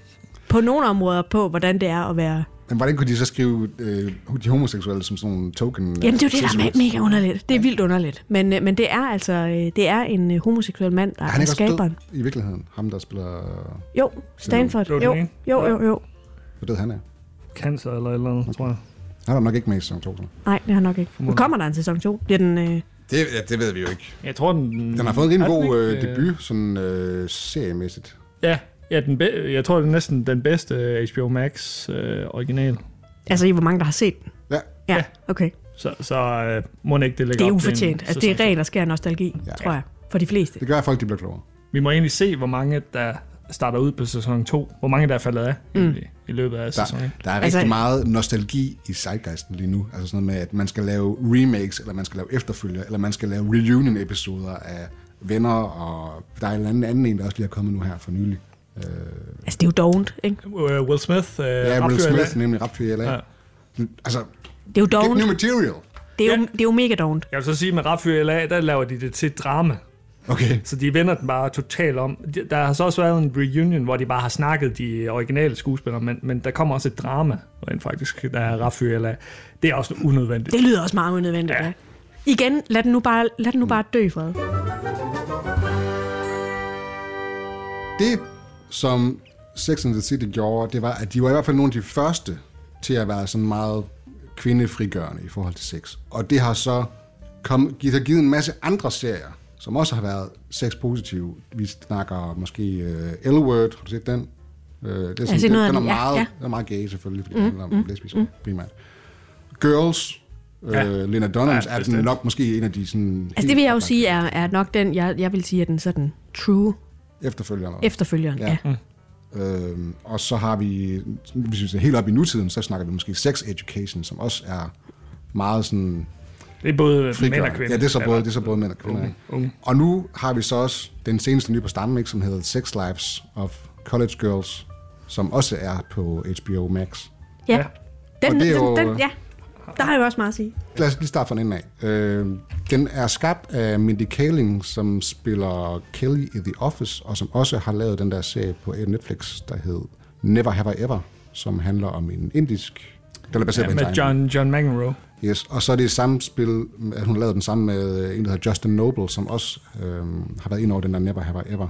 på nogle områder på, hvordan det er at være... Men hvordan kunne de så skrive øh, de homoseksuelle som sådan en token? Jamen, det er jo det, der er mega underligt. Det er vildt underligt. Men, men det er altså det er en homoseksuel mand, der er skaberen. I virkeligheden? Ham, der spiller... Jo, Stanford. Jo, jo, jo, jo. jo. Hvad død han er? Cancer eller et eller andet, okay. tror jeg. Han er nok ikke med i sæson to. Så. Nej, det har nok ikke. Men kommer der en sæson to? Bliver den... Øh... Det, ja, det ved vi jo ikke. Jeg tror, den... Den har fået en rimelig god øh, debut, sådan øh, seriemæssigt. Ja, ja den be- jeg tror, det er næsten den bedste H B O Max øh, original. Altså, i hvor mange, der har set den? Ja. Ja, okay. Så, så øh, må ikke det lægge Det er op ufortjent. Altså, det er ren og skær nostalgi, ja. tror jeg, for de fleste. Det gør, at folk de bliver klogere. Vi må egentlig se, hvor mange, der starter ud på sæson to. Hvor mange, der er faldet af mm. i, i løbet af sæsonen. Der, der er rigtig altså, meget nostalgi i zeitgeisten lige nu. Altså sådan noget med, at man skal lave remakes, eller man skal lave efterfølger, eller man skal lave reunion-episoder af venner, og der er en anden, anden en, der også lige er kommet nu her for nylig. Uh, altså, det er jo dovent, ikke? Uh, Will Smith. Uh, ja, Will Smith, nemlig Rapfyr i L A. Ja. Altså, det er jo dovent. Get new material. Det er, jo, ja. det er jo mega dovent. Jeg vil så sige, med Rapfyr i L A, der laver de det til drama. Okay. Så de vender den bare totalt om. Der har så også været en reunion, hvor de bare har snakket de originale skuespillere, men, men der kommer også et drama, rent faktisk, der er Rafaela. Det er også unødvendigt. Det lyder også meget unødvendigt, ja. ja. Igen, lad den nu bare, lad den nu bare dø, Fred. Det, som Sex and the City gjorde, det var, at de var i hvert fald nogle af de første til at være sådan meget kvindefrigørende i forhold til sex. Og det har så kom, givet, givet en masse andre serier, som også har været sex-positive. Vi snakker måske uh, L-Word, har du set den? Uh, det er sådan, den, den er meget, ja, ja. Den er meget gay selvfølgelig, fordi mm, det handler om mm, lesbisk mm. primært. Girls, ja. uh, Lena Dunham, ja, er sådan nok måske en af de sådan... Altså det vil jeg jo sige, er, er nok den, jeg, jeg vil sige, er den sådan true... Efterfølgeren. Efterfølgeren, ja. ja. Mm. Øhm, og så har vi, hvis vi ser helt op i nutiden, så snakker vi måske sex education, som også er meget sådan... Det er både mænd og kvinder. Ja, det er så både, det er så både mænd og kvinder. Okay. Okay. Og nu har vi så også den seneste nye på stammen, ikke, som hedder Sex Lives of College Girls, som også er på H B O Max. Ja, den, den, jo, den, ja. Der har jeg også meget at sige. Lad os lige starte fra den af. Øh, den er skabt af Mindy Kaling, som spiller Kelly i The Office, og som også har lavet den der serie på Netflix, der hed Never Have I Ever, som handler om en indisk... Den er baseret ja, med John, John McEnroe. Yes, og så er det i samme spil, at hun lavede den sammen med en, der hedder Justin Noble, som også øh, har været ind over den der Never Have I Ever.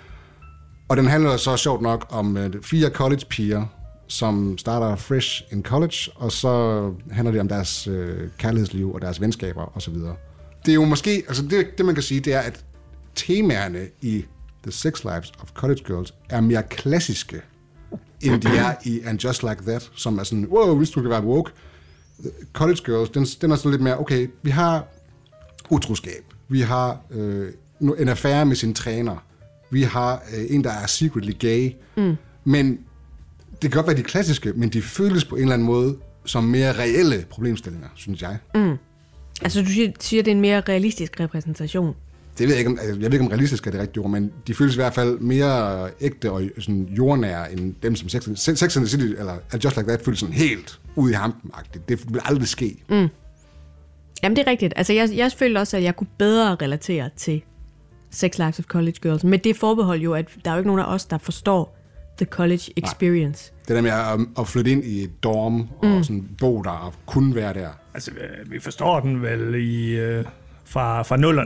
Og den handler så sjovt nok om øh, fire college-piger, som starter fresh in college, og så handler det om deres øh, kærlighedsliv og deres venskaber osv. Det er jo måske, altså det, det man kan sige, det er, at temaerne i The Sex Lives of College Girls er mere klassiske, end de er i And Just Like That, som er sådan, wow, hvis du kan være woke. College Girls, den, den er sådan lidt mere, okay, vi har utroskab, vi har øh, en affære med sin træner, vi har øh, en, der er secretly gay, mm. men det kan godt være de klassiske, men de føles på en eller anden måde som mere reelle problemstillinger, synes jeg. Mm. Altså du siger, siger, det er en mere realistisk repræsentation? Det ved jeg ikke, om, jeg ved ikke, om realistisk er det rigtige ord, men de føles i hvert fald mere ægte og sådan jordnære, end dem som Sex, Sex and the City, eller Just Like That, føles sådan helt ude i hampen-agtigt. Det vil aldrig ske. Mm. Jamen det er rigtigt. Altså jeg, jeg følte også, at jeg kunne bedre relatere til Sex Lives of College Girls, men det forbehold jo, at der er jo ikke nogen af os, der forstår the college experience. Nej. Det der med at, at flytte ind i et dorm og mm. sådan bo der og kun være der. Altså vi forstår den vel i uh, fra, fra nullerne.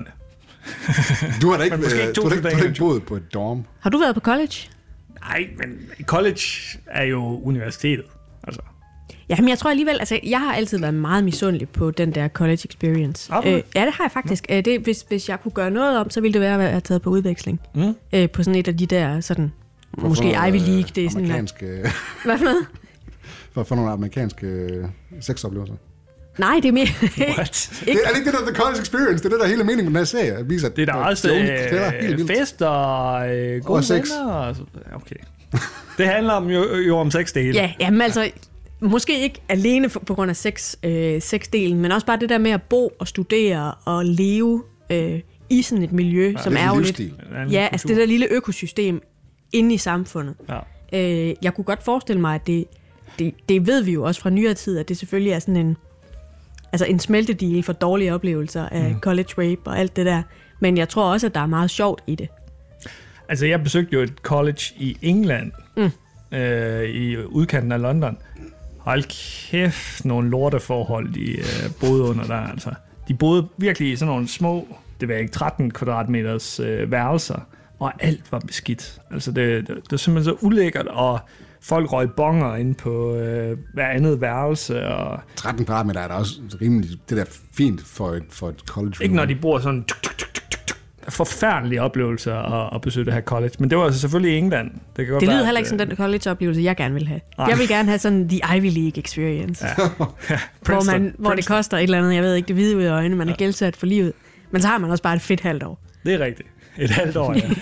Du har da ikke, måske du har ikke, du har ikke boet på et dorm. Har du været på college? Nej, men college er jo universitetet. Altså. Ja, men jeg tror alligevel, altså jeg har altid været meget misundelig på den der college experience. Okay. Øh, ja, det har jeg faktisk. Ja. Det, hvis, hvis jeg kunne gøre noget om, så ville det være at være taget på udveksling. Mm. Øh, på sådan et af de der, sådan, for måske Ivy League. Det er sådan der. Hvad for noget? For at få nogle amerikanske sexoplevelser. Nej, det er mere... What? det er ikke det der The College Experience, det er det der hele meningen med den her serie. At vise, at det er der også øh, fest og øh, gode og venner. Og okay. Det handler om, jo, jo om sexdelen. Ja, jamen altså, måske ikke alene for, på grund af sex, øh, sexdelen, men også bare det der med at bo og studere og leve øh, i sådan et miljø, ja, som er jo lidt... Ja, altså det der lille økosystem inde i samfundet. Ja. Øh, jeg kunne godt forestille mig, at det, det, det ved vi jo også fra nyere tid, at det selvfølgelig er sådan en... Altså en smeltedeal for dårlige oplevelser af mm. college rape og alt det der. Men jeg tror også, at der er meget sjovt i det. Altså jeg besøgte jo et college i England, mm. øh, i udkanten af London. Hold kæft, nogle lorteforhold, de øh, boede under der. Altså. De boede virkelig i sådan nogle små, det var ikke tretten kvadratmeters øh, værelser, og alt var beskidt. Altså det, det, det var simpelthen så ulækkert, og folk røg bonger ind på øh, hver andet værelse. Og tretten kvadratmeter er da også rimelig, det der fint for et, for et college. Ikke når de bor sådan tuk, tuk, tuk, tuk, tuk. Forfærdelige oplevelser at, at besøge det her college. Men det var altså selvfølgelig i England. Det, kan godt det lyder være, heller ikke som den college-oplevelse, jeg gerne vil have. Ej. Jeg vil gerne have sådan the Ivy League experience. Ja. Ja, hvor, man, hvor det koster et eller andet, jeg ved ikke, det hvide ud af øjnene, man er ja. gældsat for livet. Men så har man også bare et fedt halvt år. Det er rigtigt. Et halvt år, ja.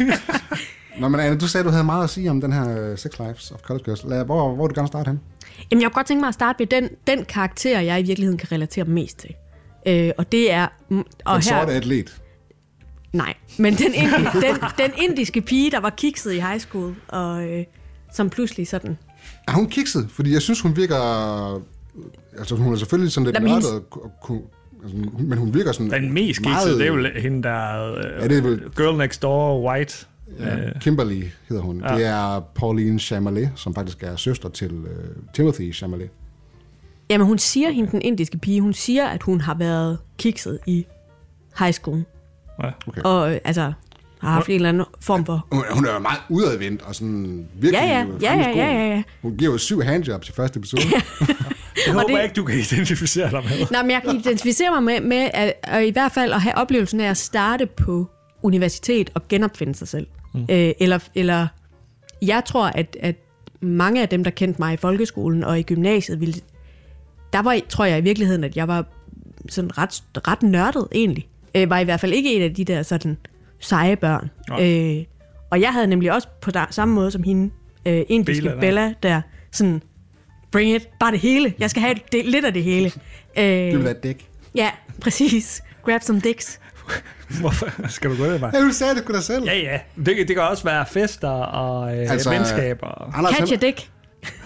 Nå, men Anne, du sagde, du havde meget at sige om den her Sex Lives of College Girls. Hvor, hvor vil du gerne starte hen? Jamen, jeg kunne godt tænke mig at starte ved den, den karakter, jeg i virkeligheden kan relatere mest til. Øh, og det er... Og den her, sorte atlet? Nej, men den, indi, den, den indiske pige, der var kikset i high school, og øh, som pludselig sådan... Er hun kikset? Fordi jeg synes, hun virker... Altså, hun er selvfølgelig sådan lidt nørdet og Altså, men hun virker sådan den mest kiksede, meget... det er jo hende, der uh, ja, det er vel... Girl Next Door, White. Ja, Kimberly hedder hun. Ja. Det er Pauline Chalamet, som faktisk er søster til uh, Timothy Chalamet. Jamen, hun siger, hende den indiske pige, hun siger, at hun har været kikset i high school. Ja. Okay. Og altså, har haft en eller anden form for... Hun, hun er jo meget udadvendt og sådan virkelig ja, ja. Ja, ja, ja, ja, ja. Hun giver jo syv handjobs i første episode. Jeg håber det... ikke, du kan identificere dig med. Nej, men jeg kan identificere mig med, med at, at i hvert fald at have oplevelsen af at starte på universitet og genopfinde sig selv. Mm. Øh, eller, eller jeg tror, at, at mange af dem, der kendte mig i folkeskolen og i gymnasiet, ville, der var, tror jeg i virkeligheden, at jeg var sådan ret, ret nørdet egentlig. Øh, var i hvert fald ikke en af de der sådan seje børn. Øh, og jeg havde nemlig også på der, samme måde som hende, øh, indiske Bella, Bella, der sådan, bring it, bare det hele. Jeg skal have det, lidt af det hele. Øh, det vil være et dæk. Ja, præcis. Grab some dicks. Hvorfor skal du gå det, ja, du sagde det sgu da selv. Ja, ja. Det, det kan også være fester og øh, altså, venskaber. Anders, catch a dick.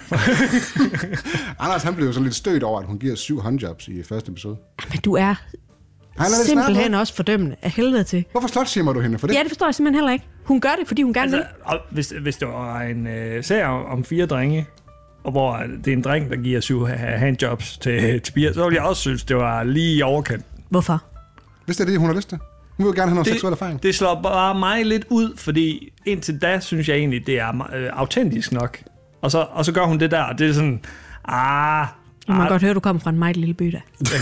Anders, han blev jo sådan lidt stødt over, at hun giver syv håndjobs i første episode. Men du er simpelthen også fordømmende af helvede til. Hvorfor slot-shamer du hende for det? Ja, det forstår jeg simpelthen heller ikke. Hun gør det, fordi hun gerne altså, vil. Hvis, hvis det var en øh, serie om fire drenge, og hvor det er en dreng, der giver syv handjobs til Tobias, så ville jeg også synes, det var lige i overkant. Hvorfor? Hvis det er det, hun har lyst til. Hun vil jo gerne have noget seksuel erfaring. Det slår bare mig lidt ud, fordi indtil da synes jeg egentlig, det er øh, autentisk nok. Og så, og så gør hun det der, og det er sådan, ah... Man kan godt høre, du kommer fra en meget lille by der.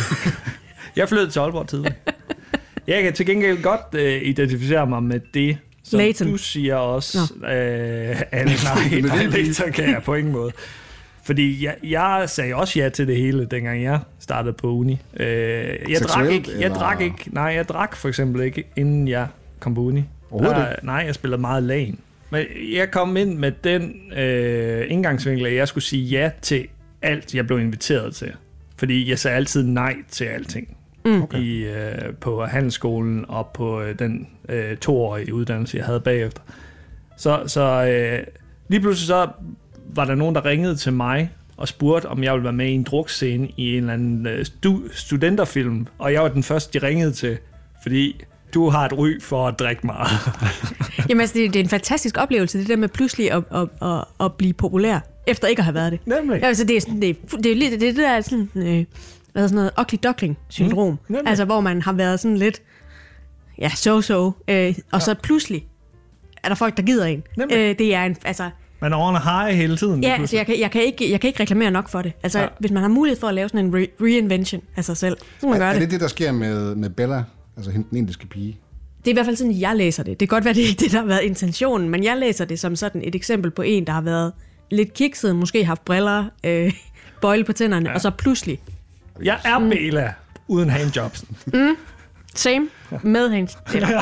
Jeg flyttede til Aalborg tidligere. Jeg kan til gengæld godt øh, identificere mig med det, som Leighton. Du siger også. Øh, Anne, nej, nej, Leighton kan jeg på ingen måde. Fordi jeg, jeg sagde også ja til det hele, dengang jeg startede på uni. Øh, jeg, drak ikke, jeg drak ikke, nej, jeg drak for eksempel ikke, inden jeg kom på uni. Der, nej, jeg spillede meget LAN. Men jeg kom ind med den øh, indgangsvinkel, at jeg skulle sige ja til alt, jeg blev inviteret til. Fordi jeg sagde altid nej til alting. Mm. Okay. I, øh, på handelsskolen og på øh, den øh, toårige uddannelse, jeg havde bagefter. Så, så øh, lige pludselig så var der nogen, der ringede til mig og spurgte, om jeg ville være med i en drukscene i en eller anden øh, stu- studenterfilm. Og jeg var den første, de ringede til, fordi du har et ry for at drikke meget. Jamen altså, det, det er en fantastisk oplevelse, det der med pludselig at, at, at, at blive populær, efter ikke at have været det. Nemlig. Ja, altså, det er sådan, det, det er lidt det, det der sådan, øh, hvad hedder sådan noget, ugly duckling-syndrom. Mm, altså, hvor man har været sådan lidt, ja, so-so, øh, og ja. Så pludselig er der folk, der gider en. Øh, det er en, altså... Man er on a high hele tiden. Ja, altså, jeg, kan, jeg, kan ikke, jeg kan ikke reklamere nok for det. Altså, ja. Hvis man har mulighed for at lave sådan en re- reinvention af sig selv, så man er, gøre det. Er det det, der sker med, med Bella, altså hende den indiske pige? Det er i hvert fald sådan, jeg læser det. Det kan godt være, det ikke det, der har været intentionen, men jeg læser det som sådan et eksempel på en, der har været lidt kikset, måske haft briller, øh, bøjle på tænderne, ja. Og så pludselig... Jeg er mm. Bella, uden handjobs. Mm. Same, med hands.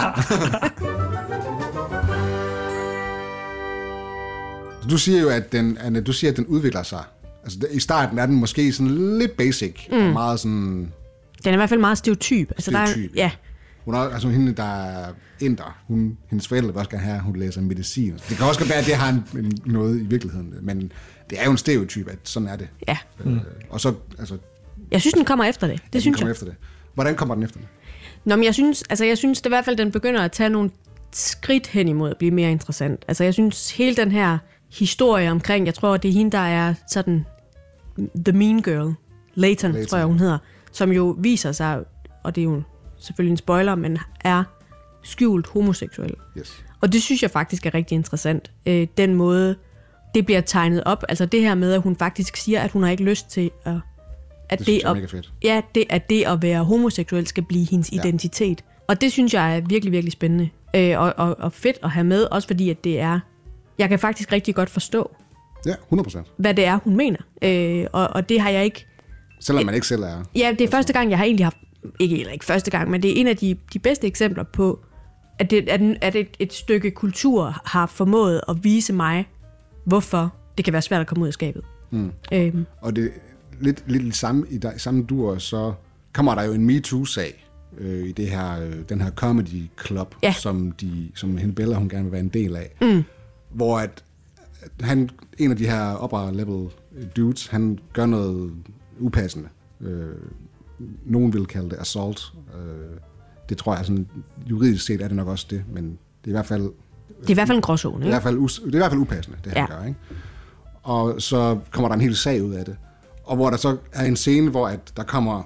Du siger jo, at den, Anne, du siger, at den udvikler sig. Altså, i starten er den måske sådan lidt basic, mm. og meget sådan... Den er i hvert fald meget stereotyp. Altså, stereotyp. Der er, ja. Hun er, altså hende, der er inder, hun, hendes forældre vil også gerne have, at hun læser medicin. Det kan også godt være, at det har en, en, noget i virkeligheden, men det er jo en stereotyp, at sådan er det. Ja. Øh, og så, altså... Jeg synes, den kommer efter det. Det ja, synes kommer jeg. Efter det. Hvordan kommer den efter det? Nå, men jeg synes, altså, jeg synes det i hvert fald, den begynder at tage nogle skridt hen imod at blive mere interessant. Altså, jeg synes, hele den her historie omkring, jeg tror, det er hende, der er sådan the mean girl, Leighton, Leighton, tror jeg, hun hedder, som jo viser sig, og det er jo selvfølgelig en spoiler, men er skjult homoseksuel. Yes. Og det synes jeg faktisk er rigtig interessant. Øh, den måde, det bliver tegnet op, altså det her med, at hun faktisk siger, at hun har ikke lyst til at... At det, det, det, at, fedt. Ja, det, at det at være homoseksuel skal blive hendes ja. identitet. Og det synes jeg er virkelig, virkelig spændende. Øh, og, og, og fedt at have med, også fordi at det er... Jeg kan faktisk rigtig godt forstå, ja, hundrede procent. Hvad det er, hun mener. Øh, og, og det har jeg ikke... Selvom man ikke selv er... Ja, det er første gang, jeg har egentlig haft... Ikke, eller ikke første gang, men det er en af de, de bedste eksempler på, at, det, at, at et, et stykke kultur har formået at vise mig, hvorfor det kan være svært at komme ud af skabet. Mm. Øhm. Og det lidt, lidt samme, i der, samme duer, så kommer der jo en MeToo-sag øh, i det her, øh, den her comedy club, ja. som, de, som hende Bella, hun gerne vil være en del af. Mm. Hvor at, at han, en af de her upper level dudes, han gør noget upassende. Øh, nogen vil kalde det assault. Øh, det tror jeg, sådan, juridisk set er det nok også det, men det er i hvert fald... Det er i hvert fald en gråzone, ikke? Det er i hvert fald, us, det er i hvert fald upassende, det her ja. gør, ikke? Og så kommer der en hel sag ud af det. Og hvor der så er en scene, hvor at der kommer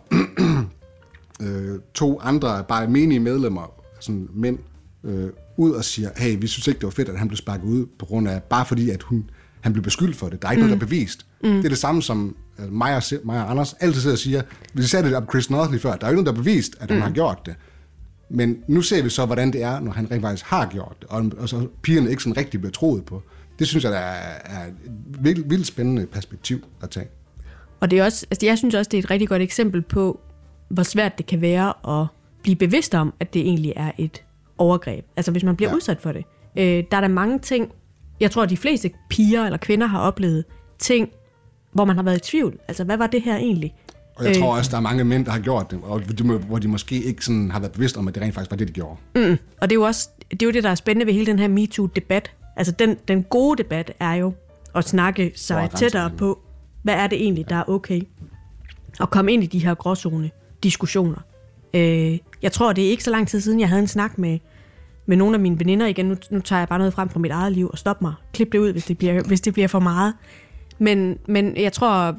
øh, to andre, bare menige medlemmer, sådan mænd, øh, ud og siger, hey, vi synes ikke, det var fedt, at han blev sparket ud, på grund af, bare fordi, at hun, han blev beskyldt for det. Der er ikke mm. noget, der er bevist. Mm. Det er det samme, som uh, mig, og, mig og Anders altid sidder og siger, vi satte det op Chris Northey før, der er ikke noget, der er bevist, at han mm. har gjort det. Men nu ser vi så, hvordan det er, når han rent faktisk har gjort det, og, og så pigerne ikke sådan rigtig bliver troet på. Det synes jeg, der er, er et vildt, vildt spændende perspektiv at tage. Og det er også, altså jeg synes også, det er et rigtig godt eksempel på, hvor svært det kan være at blive bevidst om, at det egentlig er et overgreb. Altså hvis man bliver ja. udsat for det. Øh, der er der mange ting, jeg tror, at de fleste piger eller kvinder har oplevet ting, hvor man har været i tvivl. Altså hvad var det her egentlig? Og jeg tror også, der er mange mænd, der har gjort det, og hvor de måske ikke sådan har været bevidst om, at det rent faktisk var det, de gjorde. Mm. Og det er jo også det, er jo det, der er spændende ved hele den her MeToo-debat. Altså den, den gode debat er jo at snakke sig tættere på, hvad er det egentlig, der er okay? Og komme ind i de her gråzone-diskussioner. Øh, jeg tror, det er ikke så lang tid siden, jeg havde en snak med, med nogle af mine veninder. Igen, nu, nu tager jeg bare noget frem fra mit eget liv og stop mig. Klip det ud, hvis det bliver, hvis det bliver for meget. Men, men jeg tror...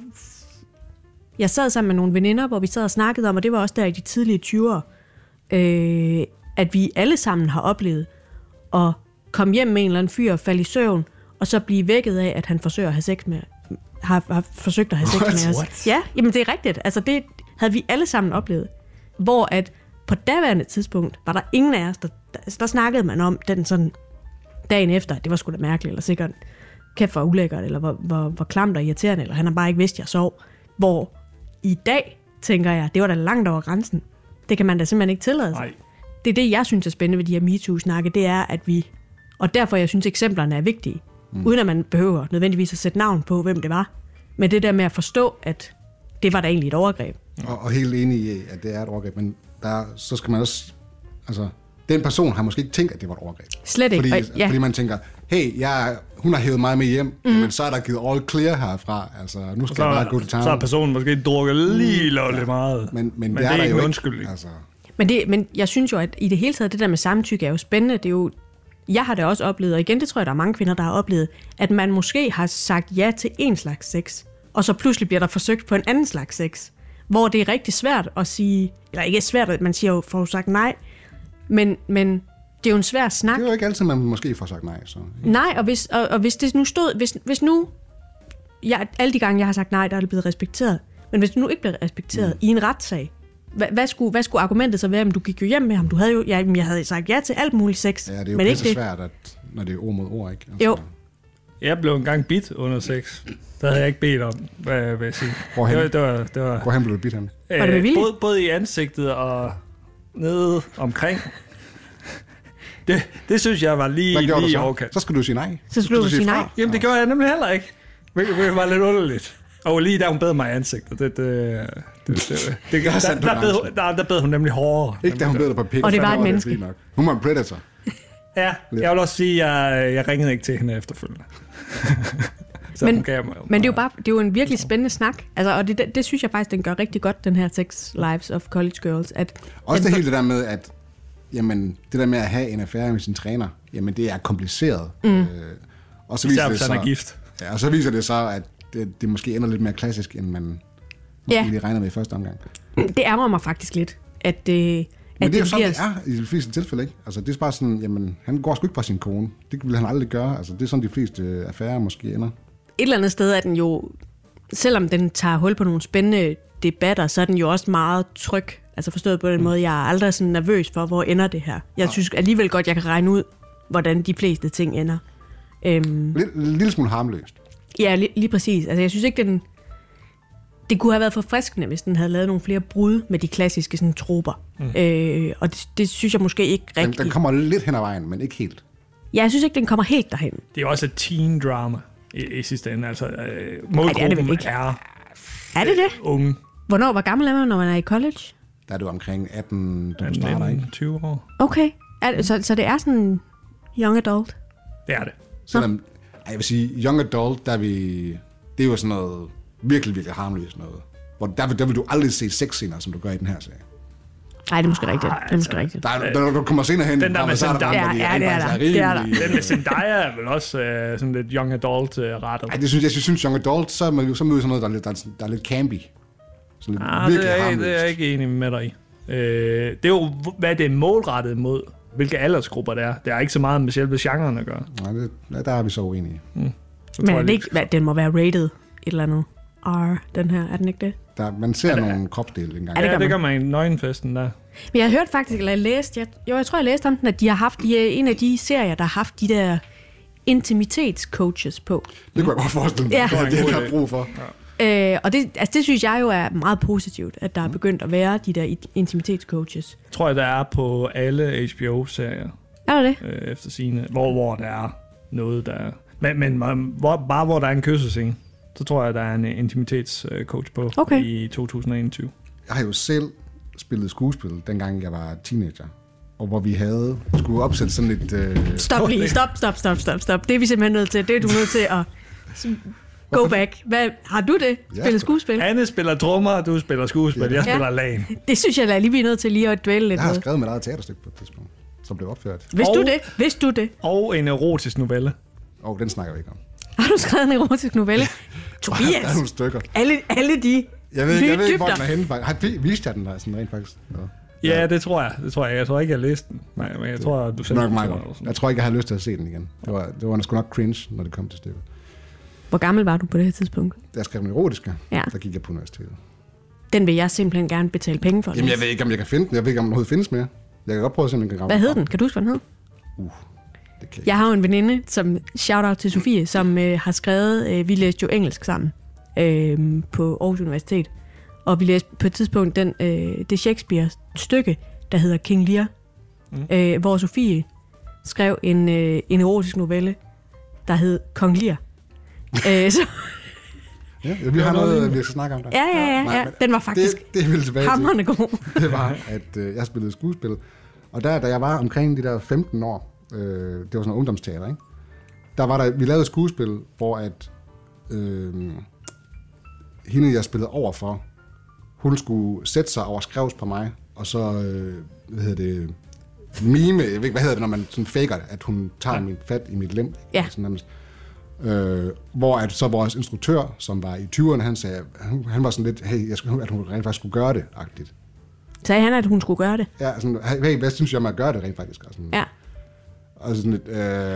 Jeg sad sammen med nogle veninder, hvor vi sad og snakkede om, og det var også der i de tidlige tyvere, øh, at vi alle sammen har oplevet at komme hjem med en eller anden fyr og falde i søvn, og så blive vækket af, at han forsøger at have sex med, har, har forsøgt at have sex What? med os. What? Ja, jamen det er rigtigt. Altså det havde vi alle sammen oplevet. Hvor at på daværende tidspunkt var der ingen af os, der, der, der snakkede man om den sådan dagen efter, at det var sgu da mærkeligt, eller sikkert kæft for ulækkert, eller hvor, hvor, hvor klamt og irriterende, eller han har bare ikke vidst, at jeg sov. Hvor i dag, tænker jeg, det var da langt over grænsen. Det kan man da simpelthen ikke tillade sig. Det er det, jeg synes er spændende ved de her MeToo-snakke, det er, at vi, og derfor jeg synes, eksemplerne er vigtige, mm. uden at man behøver nødvendigvis at sætte navn på, hvem det var. Men det der med at forstå, at det var da egentlig et overgreb. Og, og helt enig i, at det er et overgreb, men der, så skal man også, altså, den person har måske ikke tænkt, at det var et overgreb. Slet ikke. Fordi, ja. fordi man tænker, hey, jeg, hun har hævet mig med hjem, mm. men så er der givet all clear herfra. Altså, nu skal så, jeg bare gå til town. Så har personen måske drukket lige lovligt ja. meget. Men, men, men det, det er, er der ikke en undskyldning. Altså. Men, det, men jeg synes jo, at i det hele taget, det der med samtykke er jo spændende. Det er jo, jeg har det også oplevet, og igen, det tror jeg, der er mange kvinder, der har oplevet, at man måske har sagt ja til en slags sex, og så pludselig bliver der forsøgt på en anden slags sex, hvor det er rigtig svært at sige, eller ikke svært, at man siger jo, får du sagt nej, men, men det er jo en svær snak. Det er jo ikke altid, man måske får sagt nej. Så. Nej, og hvis, og, og hvis det nu stod, hvis, hvis nu, ja, alle de gange, jeg har sagt nej, der er det blevet respekteret, men hvis det nu ikke bliver respekteret mm. i en retssag, hvad, hvad, skulle, hvad skulle argumentet så være, om du gik jo hjem med ham? Du havde jo, ja, jeg havde sagt ja til alt muligt sex. Ja, det er jo men ikke det svært, at, når det er ord mod ord, ikke? Altså, jo. Jeg blev engang bidt under sex. Der havde jeg ikke bedt om, hvad, hvad jeg sige. Hvorhen? Det var, det var, det var, Hvorhen blev du bidt ham? Var det med vilje? Både, både i ansigtet og nede omkring. Det, det synes jeg var lige, lige så? okay. Så skulle du sige nej. Så skulle du, du sige nej. Fra. Jamen det gjorde jeg nemlig heller ikke. Det var lidt underligt. Og lige da hun bed mig i ansigtet. Det, det, det, det, det, det, der, der, der, bed, der, der bed hun nemlig hårdere. Ikke da hun bed dig på pikken. Og det var et menneske. Hun var en predator. Ja, jeg vil også sige, at jeg, jeg ringede ikke til hende efterfølgende. men, men det er jo bare, det er jo en virkelig spændende snak. Altså, og det, det, det synes jeg faktisk, den gør rigtig godt, den her Sex Lives of College Girls. At, også at, det hele det der med, at jamen, det der med at have en affære med sin træner, jamen det er kompliceret. Mm. Øh, og så viser det så, er gift. Ja, og så viser det så, at det, det måske ender lidt mere klassisk, end man ja. egentlig regner med i første omgang. Det ærger mig faktisk lidt, at det... Men det er jo sådan, det er i de fleste tilfælde, ikke? Altså, det er bare sådan, jamen, han går sgu ikke fra sin kone. Det vil han aldrig gøre. Altså, det er sådan, de fleste affærer måske ender. Et eller andet sted er den jo, selvom den tager hul på nogle spændende debatter, så er den jo også meget tryg. Altså forstået på den mm. måde, jeg er aldrig sådan nervøs for, hvor ender det her. Jeg synes alligevel godt, jeg kan regne ud, hvordan de fleste ting ender. Øhm, Lidt, en lille smule harmløst. Ja, lige, lige præcis. Altså, jeg synes ikke, den... Det kunne have været forfriskende, hvis den havde lavet nogle flere brud med de klassiske sådan, troper. Mm. Øh, og det, det synes jeg måske ikke rigtigt. Den, den kommer lidt hen ad vejen, men ikke helt. Ja, jeg synes ikke, den kommer helt derhen. Det er også et teen drama i, i sidste ende. Altså, øh, målgruppen Ej, det er, det er, er det det? Unge. Hvornår, hvor gammel er man, når man er i college? Der er du omkring atten, da du starter, ikke? tyve år. Okay, er, så, så det er sådan young adult? Det er det. Selvom, jeg vil sige, young adult, der er vi... Det er jo sådan noget virkelig, virkelig harmløst noget. hvor der, der vil du aldrig se sexscener, som du gør i den her serie. Nej, det er måske rigtigt. Det er måske rigtigt. Der, der, der, der kommer senere hen. Den der med Zendaya. Ja, ja, det er der. Det er der. Den med Zendaya er vel også uh, sådan lidt young adult uh, rettet. Ej, det synes jeg, jeg synes young adult, så er man jo så sådan noget, der er lidt, der er, der er lidt campy. Sådan lidt ah, det, er, det er jeg ikke enig med dig i. Uh, det er jo, hvad det er målrettet mod, hvilke aldersgrupper det er. Det er ikke så meget med selve genren at gøre. Nej, det, der er vi så uenige. Mm. Så Men er det ikke, hvad, den må være rated et eller andet. R, den her, er den ikke det? Der, man ser det, nogle kropdele engang. Ja, det gør, ja, det gør man i nøgenfesten der. Men jeg har hørt faktisk, eller jeg læste, jeg, jo, jeg tror, jeg læste om den, at de har haft de, en af de serier, der har haft de der intimitetscoaches på. Det kunne jeg godt forestille mig. Ja. Det er det, jeg har brug for. Ja. Øh, og det, altså, det synes jeg jo er meget positivt, at der er begyndt at være de der intimitetscoaches. Jeg tror jeg, der er på alle H B O-serier. Er der det? Øh, efter sigende, hvor, hvor der er noget, der er... Men, men hvor, bare hvor der er en kyssescene, så tror jeg, der er en intimitetscoach på okay. i to tusind og enogtyve. Jeg har jo selv spillet skuespil, dengang jeg var teenager. Og hvor vi havde skulle opsætte sådan et... Øh... Stop lige, stop, stop, stop, stop, stop. Det er vi simpelthen nødt til. Det er du nødt til at go back. Hvad, har du det? Spillet ja, skuespil? Anne spiller trommer, du spiller skuespil, ja. Jeg spiller ja. Lagen. Det synes jeg, lige vi er nødt til lige at dvæle lidt. Jeg har med. skrevet mit eget teaterstykke på et tidspunkt, som blev opført. Vidste du det? Vidste du det? Og en erotisk novelle. Åh, oh, den snakker vi ikke om. Har du skrevet en erotisk novelle? Tobias, der er nogle stykker. Alle, alle de jeg ved, jeg ved ikke, hvor den er henne. Har vist jeg den der sådan rent faktisk? Ja. Ja, det tror jeg. Det tror jeg. Jeg tror ikke, jeg læste den. Nej, men jeg det, tror, du selv nok meget godt. Jeg tror ikke, jeg har lyst til at se den igen. Det var, det var sgu nok cringe, når det kom til stykket. Hvor gammel var du på det her tidspunkt? Da jeg skrev den erotiske, ja. Der gik jeg på universitetet. Den vil jeg simpelthen gerne betale penge for. Jamen, jeg ved ikke, om jeg kan finde den. Jeg ved ikke, om den overhovedet findes mere. Jeg kan godt prøve at se, om den kan grave. Hvad hed den? Kan du huske, hvad den hed? Uh, det kan jeg. Jeg har jo en veninde, som shout-out til Sofie, som øh, har skrevet, øh, vi læste jo engelsk sammen øh, på Aarhus Universitet. Og vi læste på et tidspunkt den, øh, det Shakespeare-stykke, der hedder King Lear, mm. øh, hvor Sofie skrev en, øh, en erotisk novelle, der hed Kong Lear. øh, så ja, vi har noget, vi skal snakke om der. Ja, ja, ja. ja. Den var faktisk det, det vil tilbage hamrende god. Det var, at øh, jeg spillede skuespil. Og der, da jeg var omkring de der femten år, øh, det var sådan noget ungdomsteater, ikke? Der var der, vi lavede et skuespil, hvor at øh, hende, jeg spillede overfor, hun skulle sætte sig over skrevs på mig, og så, øh, hvad hedder det, mime, jeg ved ikke, hvad hedder det, når man sådan faker det, at hun tager ja. mit fat i mit lem. Ja. Sådan øh, hvor at så vores instruktør, som var i tyverne, han sagde, han, han var sådan lidt, hey, jeg skulle, at hun rent faktisk skulle gøre det, agtigt. Sagde han, at hun skulle gøre det? Ja, sådan, hey, hvad synes jeg, man gør det rent faktisk? Og sådan, ja. Og sådan lidt, øh,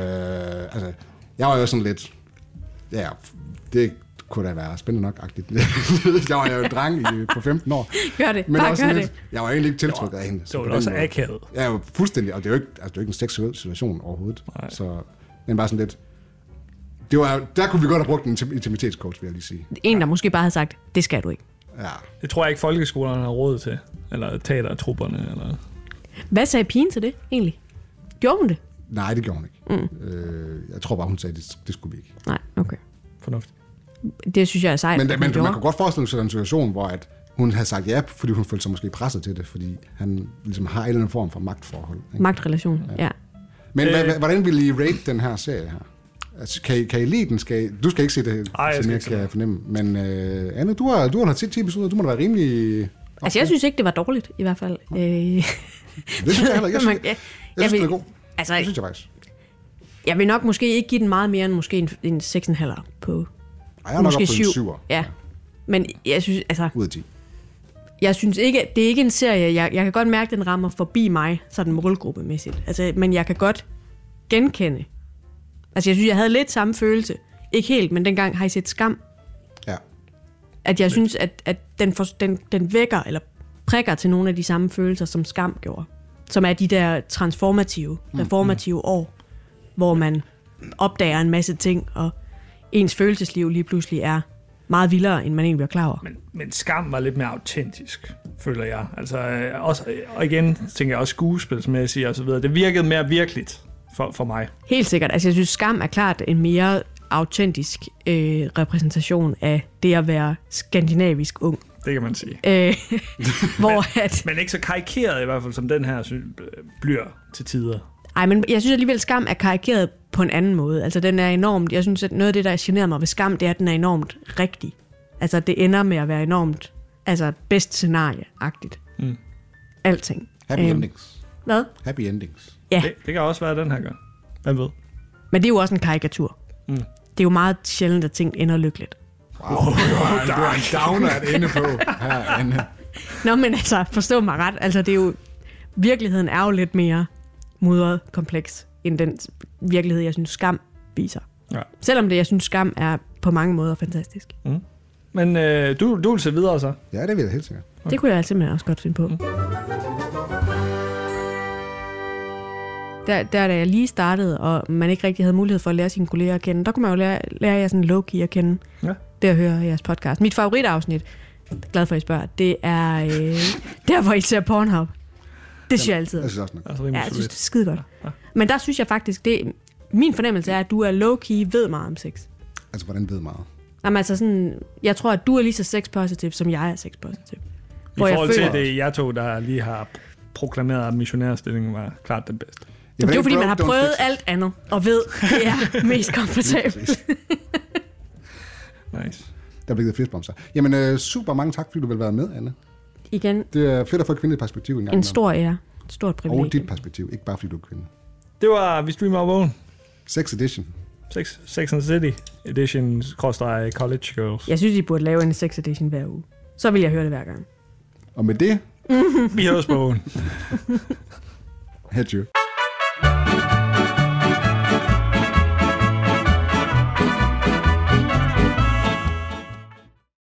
altså, jeg var jo sådan lidt, ja, det kunne da være spændende nok-agtigt. Jeg var jo en dreng i, på femten år. Gør det, men bare også gør lidt, det. Jeg var egentlig ikke tiltrykket af hende. Det var også akavet. Ja, jo fuldstændig, og det er jo ikke, altså, det er jo ikke en seksuel situation overhovedet. Nej. Så, men bare sådan lidt, det var, der kunne vi godt have brugt en intimitetscoach, vil jeg lige sige. En, der måske bare havde sagt, det skal du ikke. Ja. Det tror jeg ikke, folkeskolerne har råd til. Eller teatertrupperne. Eller... Hvad sagde pigen til det, egentlig? Gjorde hun det? Nej, det gjorde hun ikke. Mm. Øh, jeg tror bare, hun sagde, det, det skulle vi ikke. Nej, okay. Fornuftigt. Det synes jeg er sejt. Men, men man kan godt forestille sig en situation, hvor at hun havde sagt ja, fordi hun følte sig måske presset til det, fordi han ligesom har en eller anden form for magtforhold. Ikke? Magtrelation, ja. ja. Men øh, hvordan vil I rate den her serie her? Altså, kan I, kan I lide den? Skal I, du skal ikke se det, Ej, som jeg, jeg kan fornemme. Men uh, Anne, du har, du har set ti episoder, du må da være rimelig... Altså, jeg synes ikke, det var dårligt, i hvert fald. Øh... Det synes jeg heller ikke. Jeg synes, jeg, jeg synes vil, det er god. Altså, det synes jeg faktisk. Jeg vil nok måske ikke give den meget mere end måske en, en seks komma fem på... Ej, jeg er nok op på en syver. Ja. Men jeg synes, altså... Ud af ti. Jeg synes ikke, det er ikke en serie, jeg, jeg kan godt mærke, at den rammer forbi mig, sådan målgruppemæssigt. Altså, men jeg kan godt genkende. Altså, jeg synes, jeg havde lidt samme følelse. Ikke helt, men dengang har I set Skam. Ja. At jeg synes, at, at den, for, den, den vækker, eller prikker til nogle af de samme følelser, som Skam gjorde. Som er de der transformative, reformative mm. år, hvor man opdager en masse ting, og ens følelsesliv lige pludselig er meget vildere, end man egentlig bliver klar over. Men, men Skam var lidt mere autentisk, føler jeg. Altså, øh, også, og igen tænker jeg også skuespilsmæssigt og så videre. Det virkede mere virkeligt for, for mig. Helt sikkert. Altså, jeg synes, Skam er klart en mere autentisk øh, repræsentation af det at være skandinavisk ung. Det kan man sige. Øh, hvor at, men ikke så karikeret i hvert fald, som den her synes, bliver til tider. Ej, men jeg synes alligevel, Skam er karikeret på en anden måde. Altså, den er enormt... Jeg synes, at noget af det, der generer mig ved Skam, det er, at den er enormt rigtig. Altså, det ender med at være enormt altså bedst scenarie-agtigt. Mm. Alting. Happy Øhm, endings. Hvad? Happy endings. Ja. Det, det kan også være, den her gør. Hvem ved? Men det er jo også en karikatur. Mm. Det er jo meget sjældent, at ting ender lykkeligt. Wow, oh, du har en downer at ende på her, Anne. Nå, men altså, forstå mig ret. Altså, det er jo... Virkeligheden er jo lidt mere mudret kompleks, end den virkelighed, jeg synes, Skam viser. Ja. Selvom det, jeg synes, Skam er på mange måder fantastisk. Mm. Men øh, du, du vil se videre så? Ja, det vil jeg helt sikkert. Okay. Det kunne jeg simpelthen også godt finde på. Mm. Der, der, da jeg lige startede, og man ikke rigtig havde mulighed for at lære sine kolleger at kende, der kunne man jo lære, lære jer sådan low-key at kende. Ja. Det at høre jeres podcast. Mit favoritafsnit, glad for, at I spørger, det er øh, der, hvor I ser Pornhub. Det synes jeg altid. Jeg synes også nok. Altså, ja, jeg synes, det er skide godt. Ja. Men der synes jeg faktisk, det min fornemmelse er, at du er low-key ved meget om sex. Altså, hvordan ved meget? Jamen, altså sådan, jeg tror, at du er lige så sex-positiv, som jeg er sex-positiv. I forhold til føler, det, jeg to, der lige har proklameret, at missionærstillingen var klart den bedste. Ja, det er jo fordi, man har prøvet alt andet, og ved, det er mest komfortabelt. Nice. Der blev givet fistbomser. Jamen, øh, super mange tak, fordi du vil være med, Anne. Igen. Det er fedt at få et kvindeligt perspektiv en gang. En stor ære. Et stort privilegium. Og dit perspektiv, ikke bare fordi du er kvinde. Det var Vi Streamer Vågen. Sex Edition. Sex, Sex and the City Edition, college girls. Jeg synes, I burde lave en Sex Edition hver uge. Så vil jeg høre det hver gang. Og med det... Vi høres på ugen. Head you.